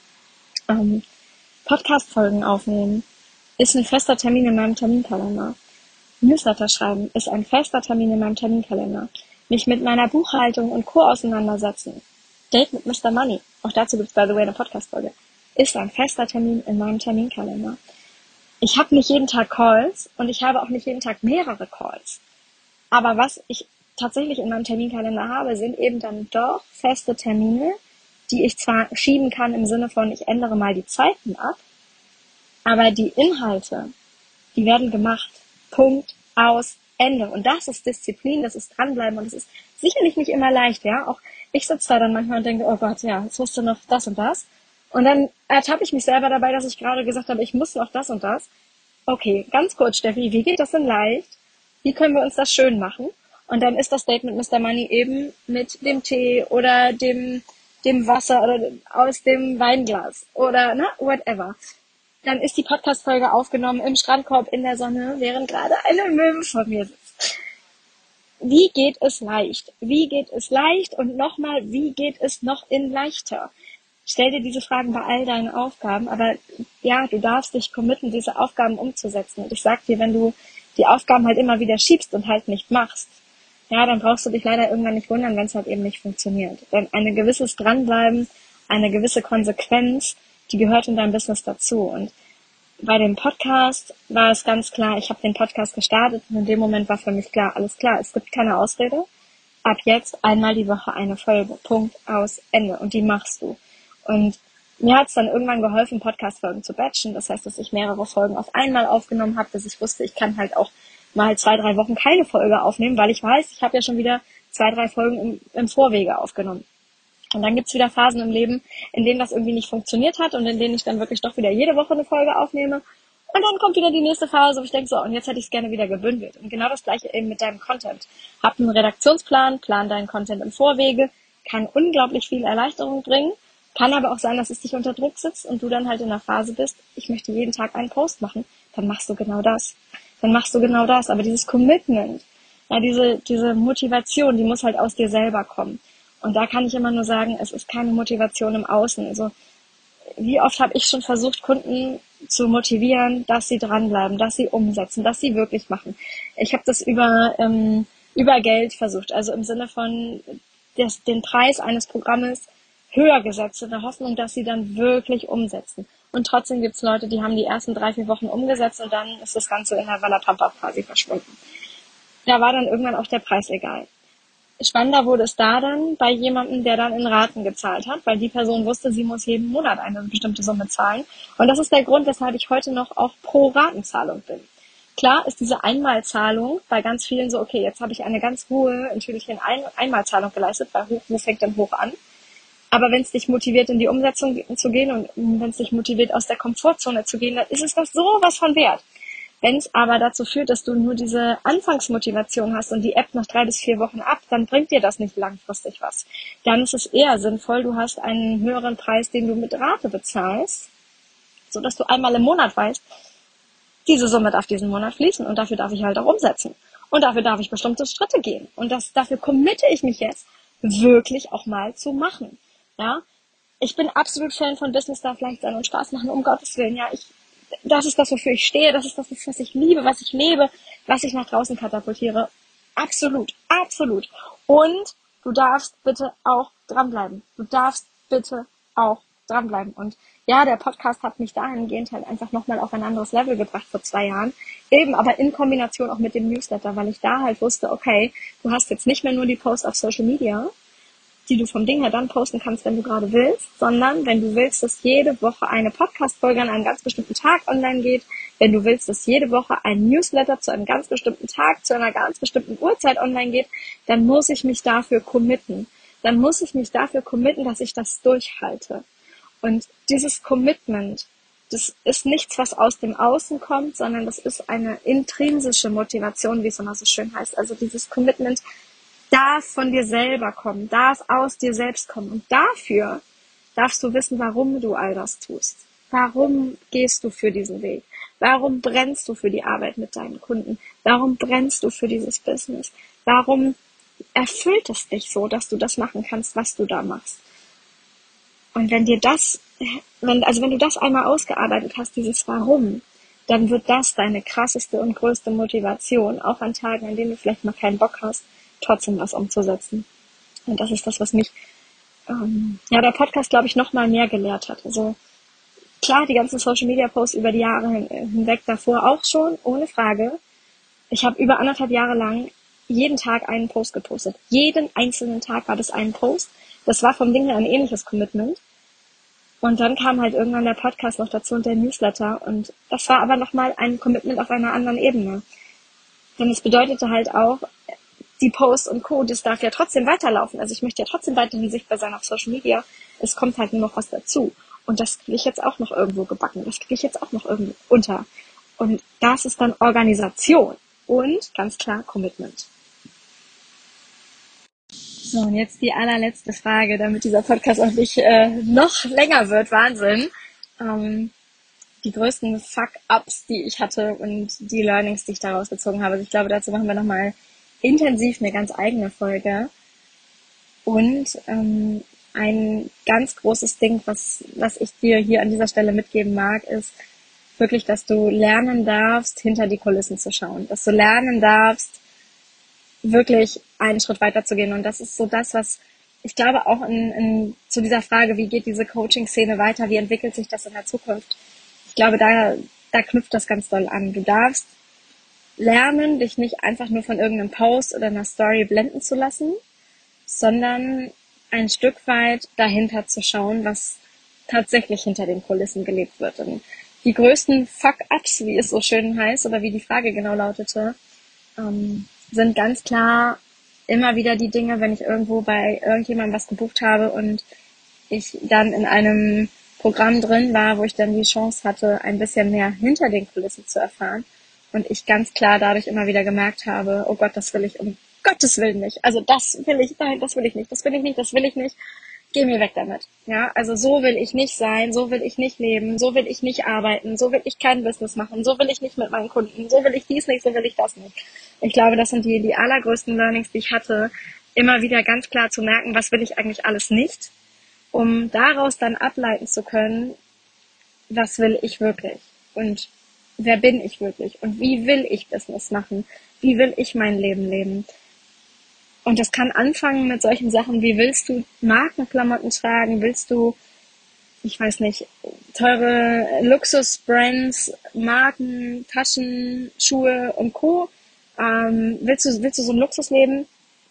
Ähm, Podcast-Folgen aufnehmen ist ein fester Termin in meinem Terminkalender. Newsletter schreiben ist ein fester Termin in meinem Terminkalender. Mich mit meiner Buchhaltung und Co. auseinandersetzen. Date mit Mister Money. Auch dazu gibt es, by the way, eine Podcast-Folge. Ist ein fester Termin in meinem Terminkalender. Ich habe nicht jeden Tag Calls und ich habe auch nicht jeden Tag mehrere Calls. Aber was ich tatsächlich in meinem Terminkalender habe, sind eben dann doch feste Termine, die ich zwar schieben kann im Sinne von, ich ändere mal die Zeiten ab, aber die Inhalte, die werden gemacht. Punkt, aus, Ende. Und das ist Disziplin, das ist dranbleiben und es ist sicherlich nicht immer leicht, ja. Auch ich sitze da dann manchmal und denke, oh Gott, ja, jetzt musst du noch das und das. Und dann ertappe ich mich selber dabei, dass ich gerade gesagt habe, ich muss noch das und das. Okay, ganz kurz, Steffi, wie geht das denn leicht? Wie können wir uns das schön machen? Und dann ist das Date mit Mister Money eben mit dem Tee oder dem, dem Wasser oder aus dem Weinglas oder, ne, whatever. Dann ist die Podcast-Folge aufgenommen im Strandkorb in der Sonne, während gerade eine Möwe vor mir sitzt. Wie geht es leicht? Wie geht es leicht? Und nochmal, wie geht es noch in leichter? Stell dir diese Fragen bei all deinen Aufgaben, aber ja, du darfst dich committen, diese Aufgaben umzusetzen. Und ich sag dir, wenn du die Aufgaben halt immer wieder schiebst und halt nicht machst, ja, dann brauchst du dich leider irgendwann nicht wundern, wenn es halt eben nicht funktioniert. Denn ein gewisses Dranbleiben, eine gewisse Konsequenz, die gehört in deinem Business dazu. Und bei dem Podcast war es ganz klar, ich habe den Podcast gestartet und in dem Moment war für mich klar, alles klar, es gibt keine Ausrede. Ab jetzt einmal die Woche eine Folge. Punkt, aus, Ende. Und die machst du. Und mir hat es dann irgendwann geholfen, Podcast-Folgen zu batchen. Das heißt, dass ich mehrere Folgen auf einmal aufgenommen habe, dass ich wusste, ich kann halt auch mal zwei, drei Wochen keine Folge aufnehmen, weil ich weiß, ich habe ja schon wieder zwei, drei Folgen im, im Vorwege aufgenommen. Und dann gibt's wieder Phasen im Leben, in denen das irgendwie nicht funktioniert hat und in denen ich dann wirklich doch wieder jede Woche eine Folge aufnehme. Und dann kommt wieder die nächste Phase, wo ich denke, so, und jetzt hätte ich es gerne wieder gebündelt. Und genau das Gleiche eben mit deinem Content. Hab einen Redaktionsplan, plan deinen Content im Vorwege, kann unglaublich viel Erleichterung bringen, kann aber auch sein, dass es dich unter Druck sitzt und du dann halt in der Phase bist, ich möchte jeden Tag einen Post machen. Dann machst du genau das. Dann machst du genau das. Aber dieses Commitment, ja, diese, diese Motivation, die muss halt aus dir selber kommen. Und da kann ich immer nur sagen, es ist keine Motivation im Außen. Also wie oft habe ich schon versucht, Kunden zu motivieren, dass sie dranbleiben, dass sie umsetzen, dass sie wirklich machen. Ich habe das über, ähm, über Geld versucht, also im Sinne von des, den Preis eines Programmes höher gesetzt, in der Hoffnung, dass sie dann wirklich umsetzen. Und trotzdem gibt es Leute, die haben die ersten drei, vier Wochen umgesetzt und dann ist das Ganze in der Wallapampa quasi verschwunden. Da war dann irgendwann auch der Preis egal. Spannender wurde es da dann bei jemandem, der dann in Raten gezahlt hat, weil die Person wusste, sie muss jeden Monat eine bestimmte Summe zahlen. Und das ist der Grund, weshalb ich heute noch auch pro Ratenzahlung bin. Klar ist diese Einmalzahlung bei ganz vielen so, okay, jetzt habe ich eine ganz hohe, natürlich eine Ein- Einmalzahlung geleistet, weil hoch, wo fängt denn hoch an? Aber wenn es dich motiviert, in die Umsetzung zu gehen und wenn es dich motiviert, aus der Komfortzone zu gehen, dann ist es das sowas von wert. Wenn es aber dazu führt, dass du nur diese Anfangsmotivation hast und die App nach drei bis vier Wochen ab, dann bringt dir das nicht langfristig was. Dann ist es eher sinnvoll, du hast einen höheren Preis, den du mit Rate bezahlst, sodass du einmal im Monat weißt, diese Summe darf diesen Monat fließen und dafür darf ich halt auch umsetzen. Und dafür darf ich bestimmte Schritte gehen. Und das, dafür committe ich mich jetzt, wirklich auch mal zu machen. Ja, ich bin absolut Fan von Business darf leicht sein und Spaß machen, um Gottes Willen. Ja, ich das ist das, wofür ich stehe, das ist das, was ich liebe, was ich lebe, was ich nach draußen katapultiere. Absolut, absolut. Und du darfst bitte auch dranbleiben. Du darfst bitte auch dranbleiben. Und ja, der Podcast hat mich dahingehend halt einfach nochmal auf ein anderes Level gebracht vor zwei Jahren. Eben aber in Kombination auch mit dem Newsletter, weil ich da halt wusste, okay, du hast jetzt nicht mehr nur die Posts auf Social Media, die du vom Ding her dann posten kannst, wenn du gerade willst, sondern wenn du willst, dass jede Woche eine Podcast-Folge an einem ganz bestimmten Tag online geht, wenn du willst, dass jede Woche ein Newsletter zu einem ganz bestimmten Tag, zu einer ganz bestimmten Uhrzeit online geht, dann muss ich mich dafür committen. Dann muss ich mich dafür committen, dass ich das durchhalte. Und dieses Commitment, das ist nichts, was aus dem Außen kommt, sondern das ist eine intrinsische Motivation, wie es immer so schön heißt. Also dieses Commitment darf von dir selber kommen, darf aus dir selbst kommen. Und dafür darfst du wissen, warum du all das tust. Warum gehst du für diesen Weg? Warum brennst du für die Arbeit mit deinen Kunden? Warum brennst du für dieses Business? Warum erfüllt es dich so, dass du das machen kannst, was du da machst? Und wenn dir das, wenn, also wenn du das einmal ausgearbeitet hast, dieses Warum, dann wird das deine krasseste und größte Motivation, auch an Tagen, an denen du vielleicht mal keinen Bock hast, trotzdem was umzusetzen. Und das ist das, was mich, ähm, ja, der Podcast, glaube ich, noch mal mehr gelehrt hat. Also klar, die ganzen Social-Media-Posts über die Jahre hin, hinweg davor auch schon, ohne Frage. Ich habe über anderthalb Jahre lang jeden Tag einen Post gepostet. Jeden einzelnen Tag war das ein Post. Das war vom Ding her ein ähnliches Commitment. Und dann kam halt irgendwann der Podcast noch dazu und der Newsletter. Und das war aber nochmal ein Commitment auf einer anderen Ebene. Denn es bedeutete halt auch, die Posts und Co., das darf ja trotzdem weiterlaufen. Also ich möchte ja trotzdem weiterhin sichtbar sein auf Social Media. Es kommt halt nur noch was dazu. Und das kriege ich jetzt auch noch irgendwo gebacken. Das kriege ich jetzt auch noch irgendwo unter. Und das ist dann Organisation und ganz klar Commitment. So, und jetzt die allerletzte Frage, damit dieser Podcast auch nicht äh, noch länger wird. Wahnsinn. Ähm, die größten Fuck-Ups, die ich hatte und die Learnings, die ich daraus gezogen habe. Also ich glaube, dazu machen wir nochmal intensiv eine ganz eigene Folge. Und ähm, ein ganz großes Ding, was, was ich dir hier an dieser Stelle mitgeben mag, ist wirklich, dass du lernen darfst, hinter die Kulissen zu schauen. Dass du lernen darfst, wirklich einen Schritt weiter zu gehen. Und das ist so das, was ich glaube auch in, in, zu dieser Frage, wie geht diese Coaching-Szene weiter, wie entwickelt sich das in der Zukunft? Ich glaube, da, da knüpft das ganz doll an. Du darfst lernen, dich nicht einfach nur von irgendeinem Post oder einer Story blenden zu lassen, sondern ein Stück weit dahinter zu schauen, was tatsächlich hinter den Kulissen gelebt wird. Und die größten Fuck-Ups, wie es so schön heißt, oder wie die Frage genau lautete, ähm, sind ganz klar immer wieder die Dinge, wenn ich irgendwo bei irgendjemandem was gebucht habe und ich dann in einem Programm drin war, wo ich dann die Chance hatte, ein bisschen mehr hinter den Kulissen zu erfahren und ich ganz klar dadurch immer wieder gemerkt habe, oh Gott, das will ich um Gottes Willen nicht. Also das will ich, nein, das will ich nicht, das will ich nicht, das will ich nicht. Geh mir weg damit. Ja, also so will ich nicht sein, so will ich nicht leben, so will ich nicht arbeiten, so will ich kein Business machen, so will ich nicht mit meinen Kunden, so will ich dies nicht, so will ich das nicht. Ich glaube, das sind die, die allergrößten Learnings, die ich hatte, immer wieder ganz klar zu merken, was will ich eigentlich alles nicht, um daraus dann ableiten zu können, was will ich wirklich und wer bin ich wirklich und wie will ich Business machen, wie will ich mein Leben leben. Und das kann anfangen mit solchen Sachen wie, willst du Markenklamotten tragen, willst du, ich weiß nicht, teure Luxusbrands, Marken, Taschen, Schuhe und Co. Ähm, willst du, willst du so ein Luxusleben?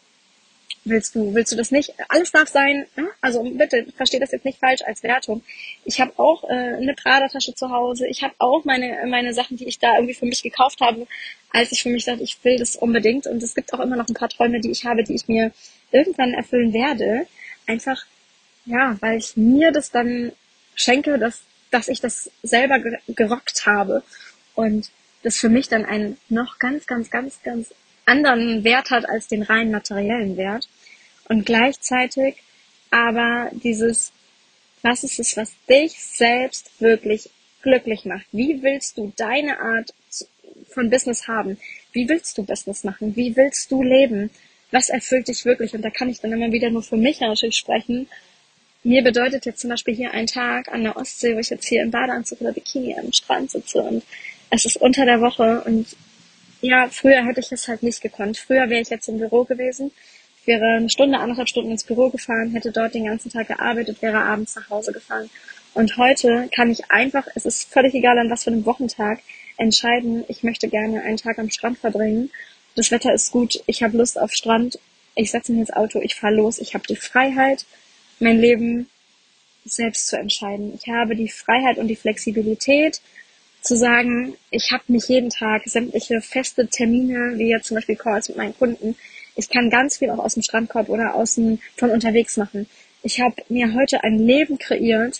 Willst du, willst du das nicht? Alles darf sein. Ja? Also bitte, versteh das jetzt nicht falsch als Wertung. Ich habe auch äh, eine Prada-Tasche zu Hause. Ich habe auch meine meine Sachen, die ich da irgendwie für mich gekauft habe, als ich für mich dachte, ich will das unbedingt. Und es gibt auch immer noch ein paar Träume, die ich habe, die ich mir irgendwann erfüllen werde. Einfach, ja, weil ich mir das dann schenke, dass dass ich das selber ge- gerockt habe und das für mich dann einen noch ganz, ganz, ganz, ganz anderen Wert hat als den rein materiellen Wert. Und gleichzeitig aber dieses, was ist es, was dich selbst wirklich glücklich macht? Wie willst du deine Art von Business haben? Wie willst du Business machen? Wie willst du leben? Was erfüllt dich wirklich? Und da kann ich dann immer wieder nur für mich natürlich sprechen. Mir bedeutet jetzt zum Beispiel hier ein Tag an der Ostsee, wo ich jetzt hier im Badeanzug oder Bikini am Strand sitze und es ist unter der Woche und ja, früher hätte ich es halt nicht gekonnt. Früher wäre ich jetzt im Büro gewesen. Ich wäre eine Stunde, anderthalb Stunden ins Büro gefahren, hätte dort den ganzen Tag gearbeitet, wäre abends nach Hause gefahren. Und heute kann ich einfach, es ist völlig egal an was für einem Wochentag, entscheiden, ich möchte gerne einen Tag am Strand verbringen. Das Wetter ist gut, ich habe Lust auf Strand, ich setze mich ins Auto, ich fahre los. Ich habe die Freiheit, mein Leben selbst zu entscheiden. Ich habe die Freiheit und die Flexibilität, zu sagen, ich habe nicht jeden Tag sämtliche feste Termine, wie jetzt zum Beispiel Calls mit meinen Kunden. Ich kann ganz viel auch aus dem Strandkorb oder aus dem, von unterwegs machen. Ich habe mir heute ein Leben kreiert,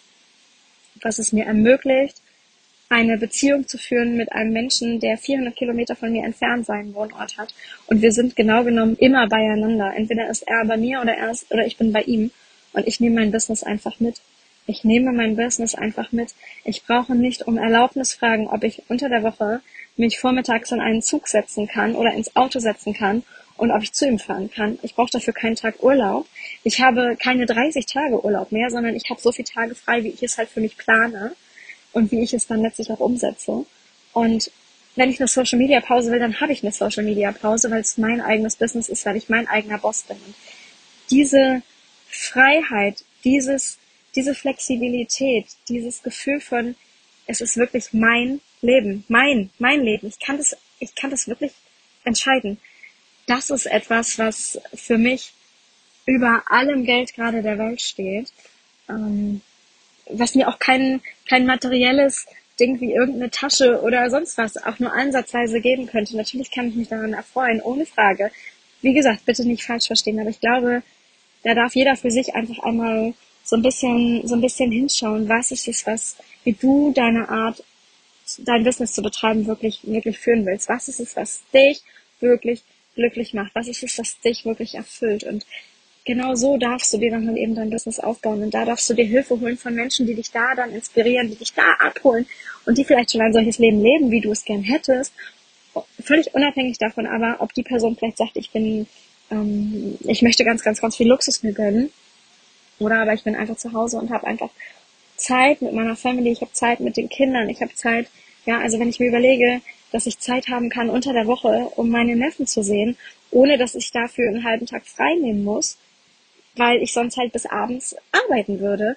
was es mir ermöglicht, eine Beziehung zu führen mit einem Menschen, der vierhundert Kilometer von mir entfernt seinen Wohnort hat. Und wir sind genau genommen immer beieinander. Entweder ist er bei mir oder er ist, oder ich bin bei ihm. Und ich nehme mein Business einfach mit. Ich nehme mein Business einfach mit. Ich brauche nicht um Erlaubnis fragen, ob ich unter der Woche mich vormittags in einen Zug setzen kann oder ins Auto setzen kann und ob ich zu ihm fahren kann. Ich brauche dafür keinen Tag Urlaub. Ich habe keine dreißig Tage Urlaub mehr, sondern ich habe so viele Tage frei, wie ich es halt für mich plane und wie ich es dann letztlich auch umsetze. Und wenn ich eine Social-Media-Pause will, dann habe ich eine Social-Media-Pause, weil es mein eigenes Business ist, weil ich mein eigener Boss bin. Und diese Freiheit, dieses Diese Flexibilität, dieses Gefühl von, es ist wirklich mein Leben, mein, mein Leben. Ich kann das, ich kann das wirklich entscheiden. Das ist etwas, was für mich über allem Geld gerade der Welt steht, ähm, was mir auch kein, kein materielles Ding wie irgendeine Tasche oder sonst was auch nur ansatzweise geben könnte. Natürlich kann ich mich daran erfreuen, ohne Frage. wie gesagt, bitte nicht falsch verstehen, aber ich glaube, da darf jeder für sich einfach einmal so ein bisschen, so ein bisschen hinschauen, was ist es, was, wie du deine Art, dein Business zu betreiben, wirklich, wirklich führen willst. Was ist es, was dich wirklich glücklich macht? Was ist es, was dich wirklich erfüllt? Und genau so darfst du dir dann eben dein Business aufbauen. Und da darfst du dir Hilfe holen von Menschen, die dich da dann inspirieren, die dich da abholen und die vielleicht schon ein solches Leben leben, wie du es gern hättest. Völlig unabhängig davon aber, ob die Person vielleicht sagt, ich bin, ähm, ich möchte ganz, ganz, ganz viel Luxus mir gönnen. Oder aber ich bin einfach zu Hause und habe einfach Zeit mit meiner Family, ich habe Zeit mit den Kindern, ich habe Zeit, ja, also wenn ich mir überlege, dass ich Zeit haben kann unter der Woche, um meine Neffen zu sehen, ohne dass ich dafür einen halben Tag frei nehmen muss, weil ich sonst halt bis abends arbeiten würde.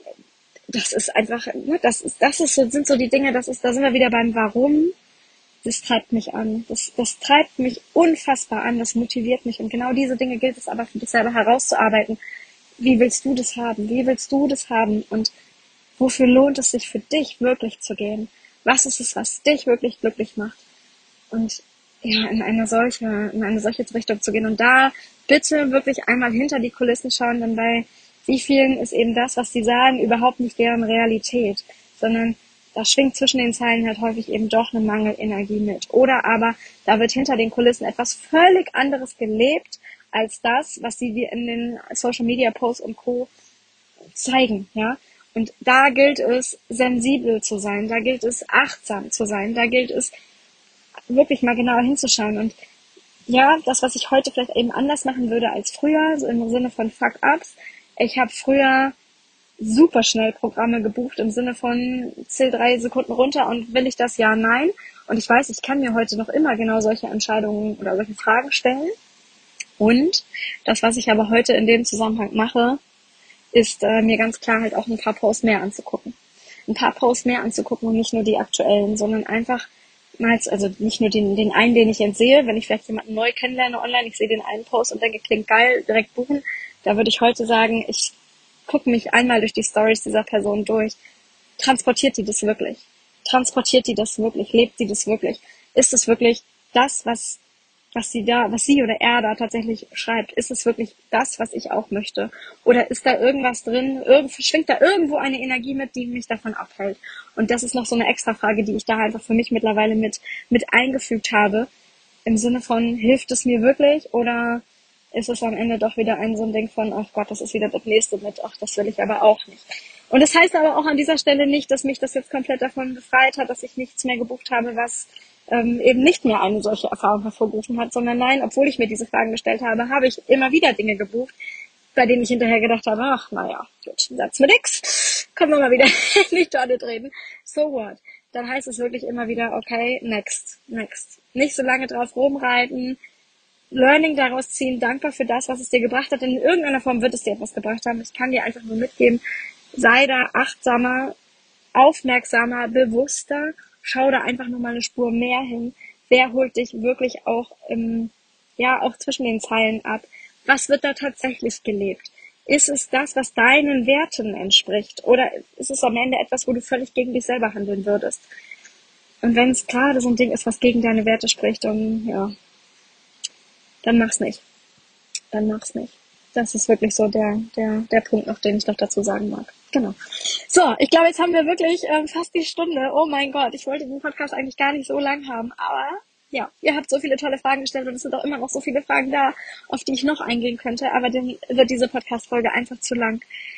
Das ist einfach, ne, das ist, das ist so, sind so die Dinge, das ist, da sind wir wieder beim Warum. Das treibt mich an. Das, das treibt mich unfassbar an, das motiviert mich. Und genau diese Dinge gilt es aber für dich selber herauszuarbeiten. Wie willst du das haben? Wie willst du das haben? Und wofür lohnt es sich für dich wirklich zu gehen? Was ist es, was dich wirklich glücklich macht? Und ja, in eine solche, in eine solche Richtung zu gehen. Und da bitte wirklich einmal hinter die Kulissen schauen, denn bei wie vielen ist eben das, was sie sagen, überhaupt nicht deren Realität, sondern da schwingt zwischen den Zeilen halt häufig eben doch eine Mangelenergie mit. Oder aber da wird hinter den Kulissen etwas völlig anderes gelebt, als das, was sie dir in den Social Media Posts und Co. zeigen, ja. Und da gilt es, sensibel zu sein, da gilt es, achtsam zu sein, da gilt es, wirklich mal genauer hinzuschauen. Und ja, das, was ich heute vielleicht eben anders machen würde als früher, so im Sinne von Fuck-Ups. Ich habe früher super schnell Programme gebucht im Sinne von zähl drei Sekunden runter und will ich das? Ja, nein. Und ich weiß, ich kann mir heute noch immer genau solche Entscheidungen oder solche Fragen stellen. Und das, was ich aber heute in dem Zusammenhang mache, ist äh, mir ganz klar halt auch ein paar Posts mehr anzugucken. Ein paar Posts mehr anzugucken und nicht nur die aktuellen, sondern einfach mal, also nicht nur den, den einen, den ich entsehe, wenn ich vielleicht jemanden neu kennenlerne online, ich sehe den einen Post und denke, klingt geil, direkt buchen. Da würde ich heute sagen, ich gucke mich einmal durch die Stories dieser Person durch. Transportiert die das wirklich? Transportiert die das wirklich? Lebt die das wirklich? Ist es wirklich das, was was sie da, was sie oder er da tatsächlich schreibt? Ist es wirklich das, was ich auch möchte? Oder ist da irgendwas drin, irgend, schwingt da irgendwo eine Energie mit, die mich davon abhält? Und das ist noch so eine extra Frage, die ich da einfach für mich mittlerweile mit, mit eingefügt habe. Im Sinne von, hilft es mir wirklich? Oder ist es am Ende doch wieder ein so ein Ding von, ach Gott, das ist wieder das nächste mit, ach, das will ich aber auch nicht. Und das heißt aber auch an dieser Stelle nicht, dass mich das jetzt komplett davon befreit hat, dass ich nichts mehr gebucht habe, was ähm, eben nicht mehr eine solche Erfahrung hervorgerufen hat, sondern nein, obwohl ich mir diese Fragen gestellt habe, habe ich immer wieder Dinge gebucht, bei denen ich hinterher gedacht habe, ach, naja, gut, Satz mit nix, kommen wir mal wieder in die Tonne treten, so what? Dann heißt es wirklich immer wieder, okay, next, next. Nicht so lange drauf rumreiten, Learning daraus ziehen, dankbar für das, was es dir gebracht hat, denn in irgendeiner Form wird es dir etwas gebracht haben. Ich kann dir einfach nur mitgeben, sei da achtsamer, aufmerksamer, bewusster, schau da einfach nochmal eine Spur mehr hin. Wer holt dich wirklich auch im, ja, auch zwischen den Zeilen ab? Was wird da tatsächlich gelebt? Ist es das, was deinen Werten entspricht? Oder ist es am Ende etwas, wo du völlig gegen dich selber handeln würdest? Und wenn es gerade so ein Ding ist, was gegen deine Werte spricht, dann, ja, dann mach's nicht. Dann mach's nicht. Das ist wirklich so der, der, der Punkt noch, den ich noch dazu sagen mag. Genau. So, ich glaube, jetzt haben wir wirklich ähm, fast die Stunde. Oh mein Gott, ich wollte den Podcast eigentlich gar nicht so lang haben, aber ja, ihr habt so viele tolle Fragen gestellt und es sind auch immer noch so viele Fragen da, auf die ich noch eingehen könnte, aber dann wird diese Podcast-Folge einfach zu lang.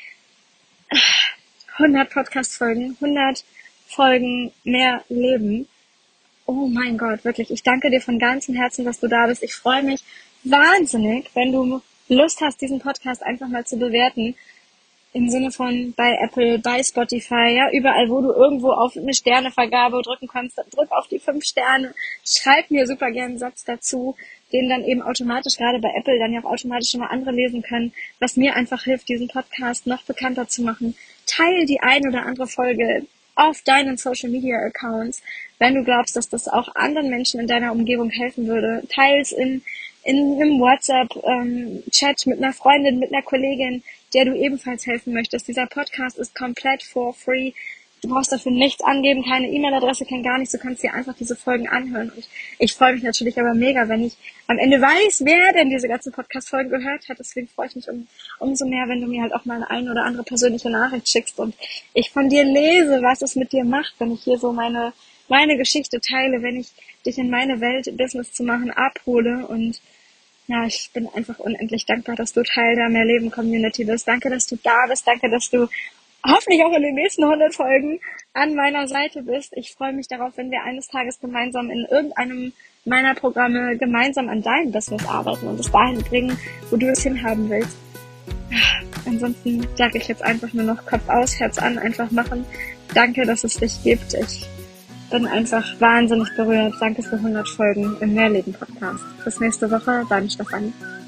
hundert Podcast-Folgen, hundert Folgen mehr Leben. Oh mein Gott, wirklich. Ich danke dir von ganzem Herzen, dass du da bist. Ich freue mich wahnsinnig, wenn du Lust hast, diesen Podcast einfach mal zu bewerten. Im Sinne von bei Apple, bei Spotify, ja, überall, wo du irgendwo auf eine Sternevergabe drücken kannst, drück auf die fünf Sterne. Schreib mir super gerne einen Satz dazu, den dann eben automatisch, gerade bei Apple, dann ja auch automatisch schon mal andere lesen können, was mir einfach hilft, diesen Podcast noch bekannter zu machen. Teil die ein oder andere Folge auf deinen Social Media Accounts, wenn du glaubst, dass das auch anderen Menschen in deiner Umgebung helfen würde. Teils in, in einem WhatsApp-Chat ähm, mit einer Freundin, mit einer Kollegin, der du ebenfalls helfen möchtest. Dieser Podcast ist komplett for free. Du brauchst dafür nichts angeben, keine E-Mail-Adresse, kein gar nichts. Du kannst dir einfach diese Folgen anhören. Und ich freue mich natürlich aber mega, wenn ich am Ende weiß, wer denn diese ganzen Podcast-Folgen gehört hat. Deswegen freue ich mich um, umso mehr, wenn du mir halt auch mal eine oder andere persönliche Nachricht schickst und ich von dir lese, was es mit dir macht, wenn ich hier so meine, meine Geschichte teile, wenn ich dich in meine Welt, Business zu machen, abhole. Und ja, ich bin einfach unendlich dankbar, dass du Teil der Mehrleben-Community bist. Danke, dass du da bist. Danke, dass du hoffentlich auch in den nächsten hundert Folgen an meiner Seite bist. Ich freue mich darauf, wenn wir eines Tages gemeinsam in irgendeinem meiner Programme gemeinsam an deinem Business arbeiten und es dahin bringen, wo du es hinhaben willst. Ansonsten sage ich jetzt einfach nur noch Kopf aus, Herz an, einfach machen. Danke, dass es dich gibt. Ich bin einfach wahnsinnig berührt. Danke für hundert Folgen im Mehrleben-Podcast. Bis nächste Woche, deine Stefanie.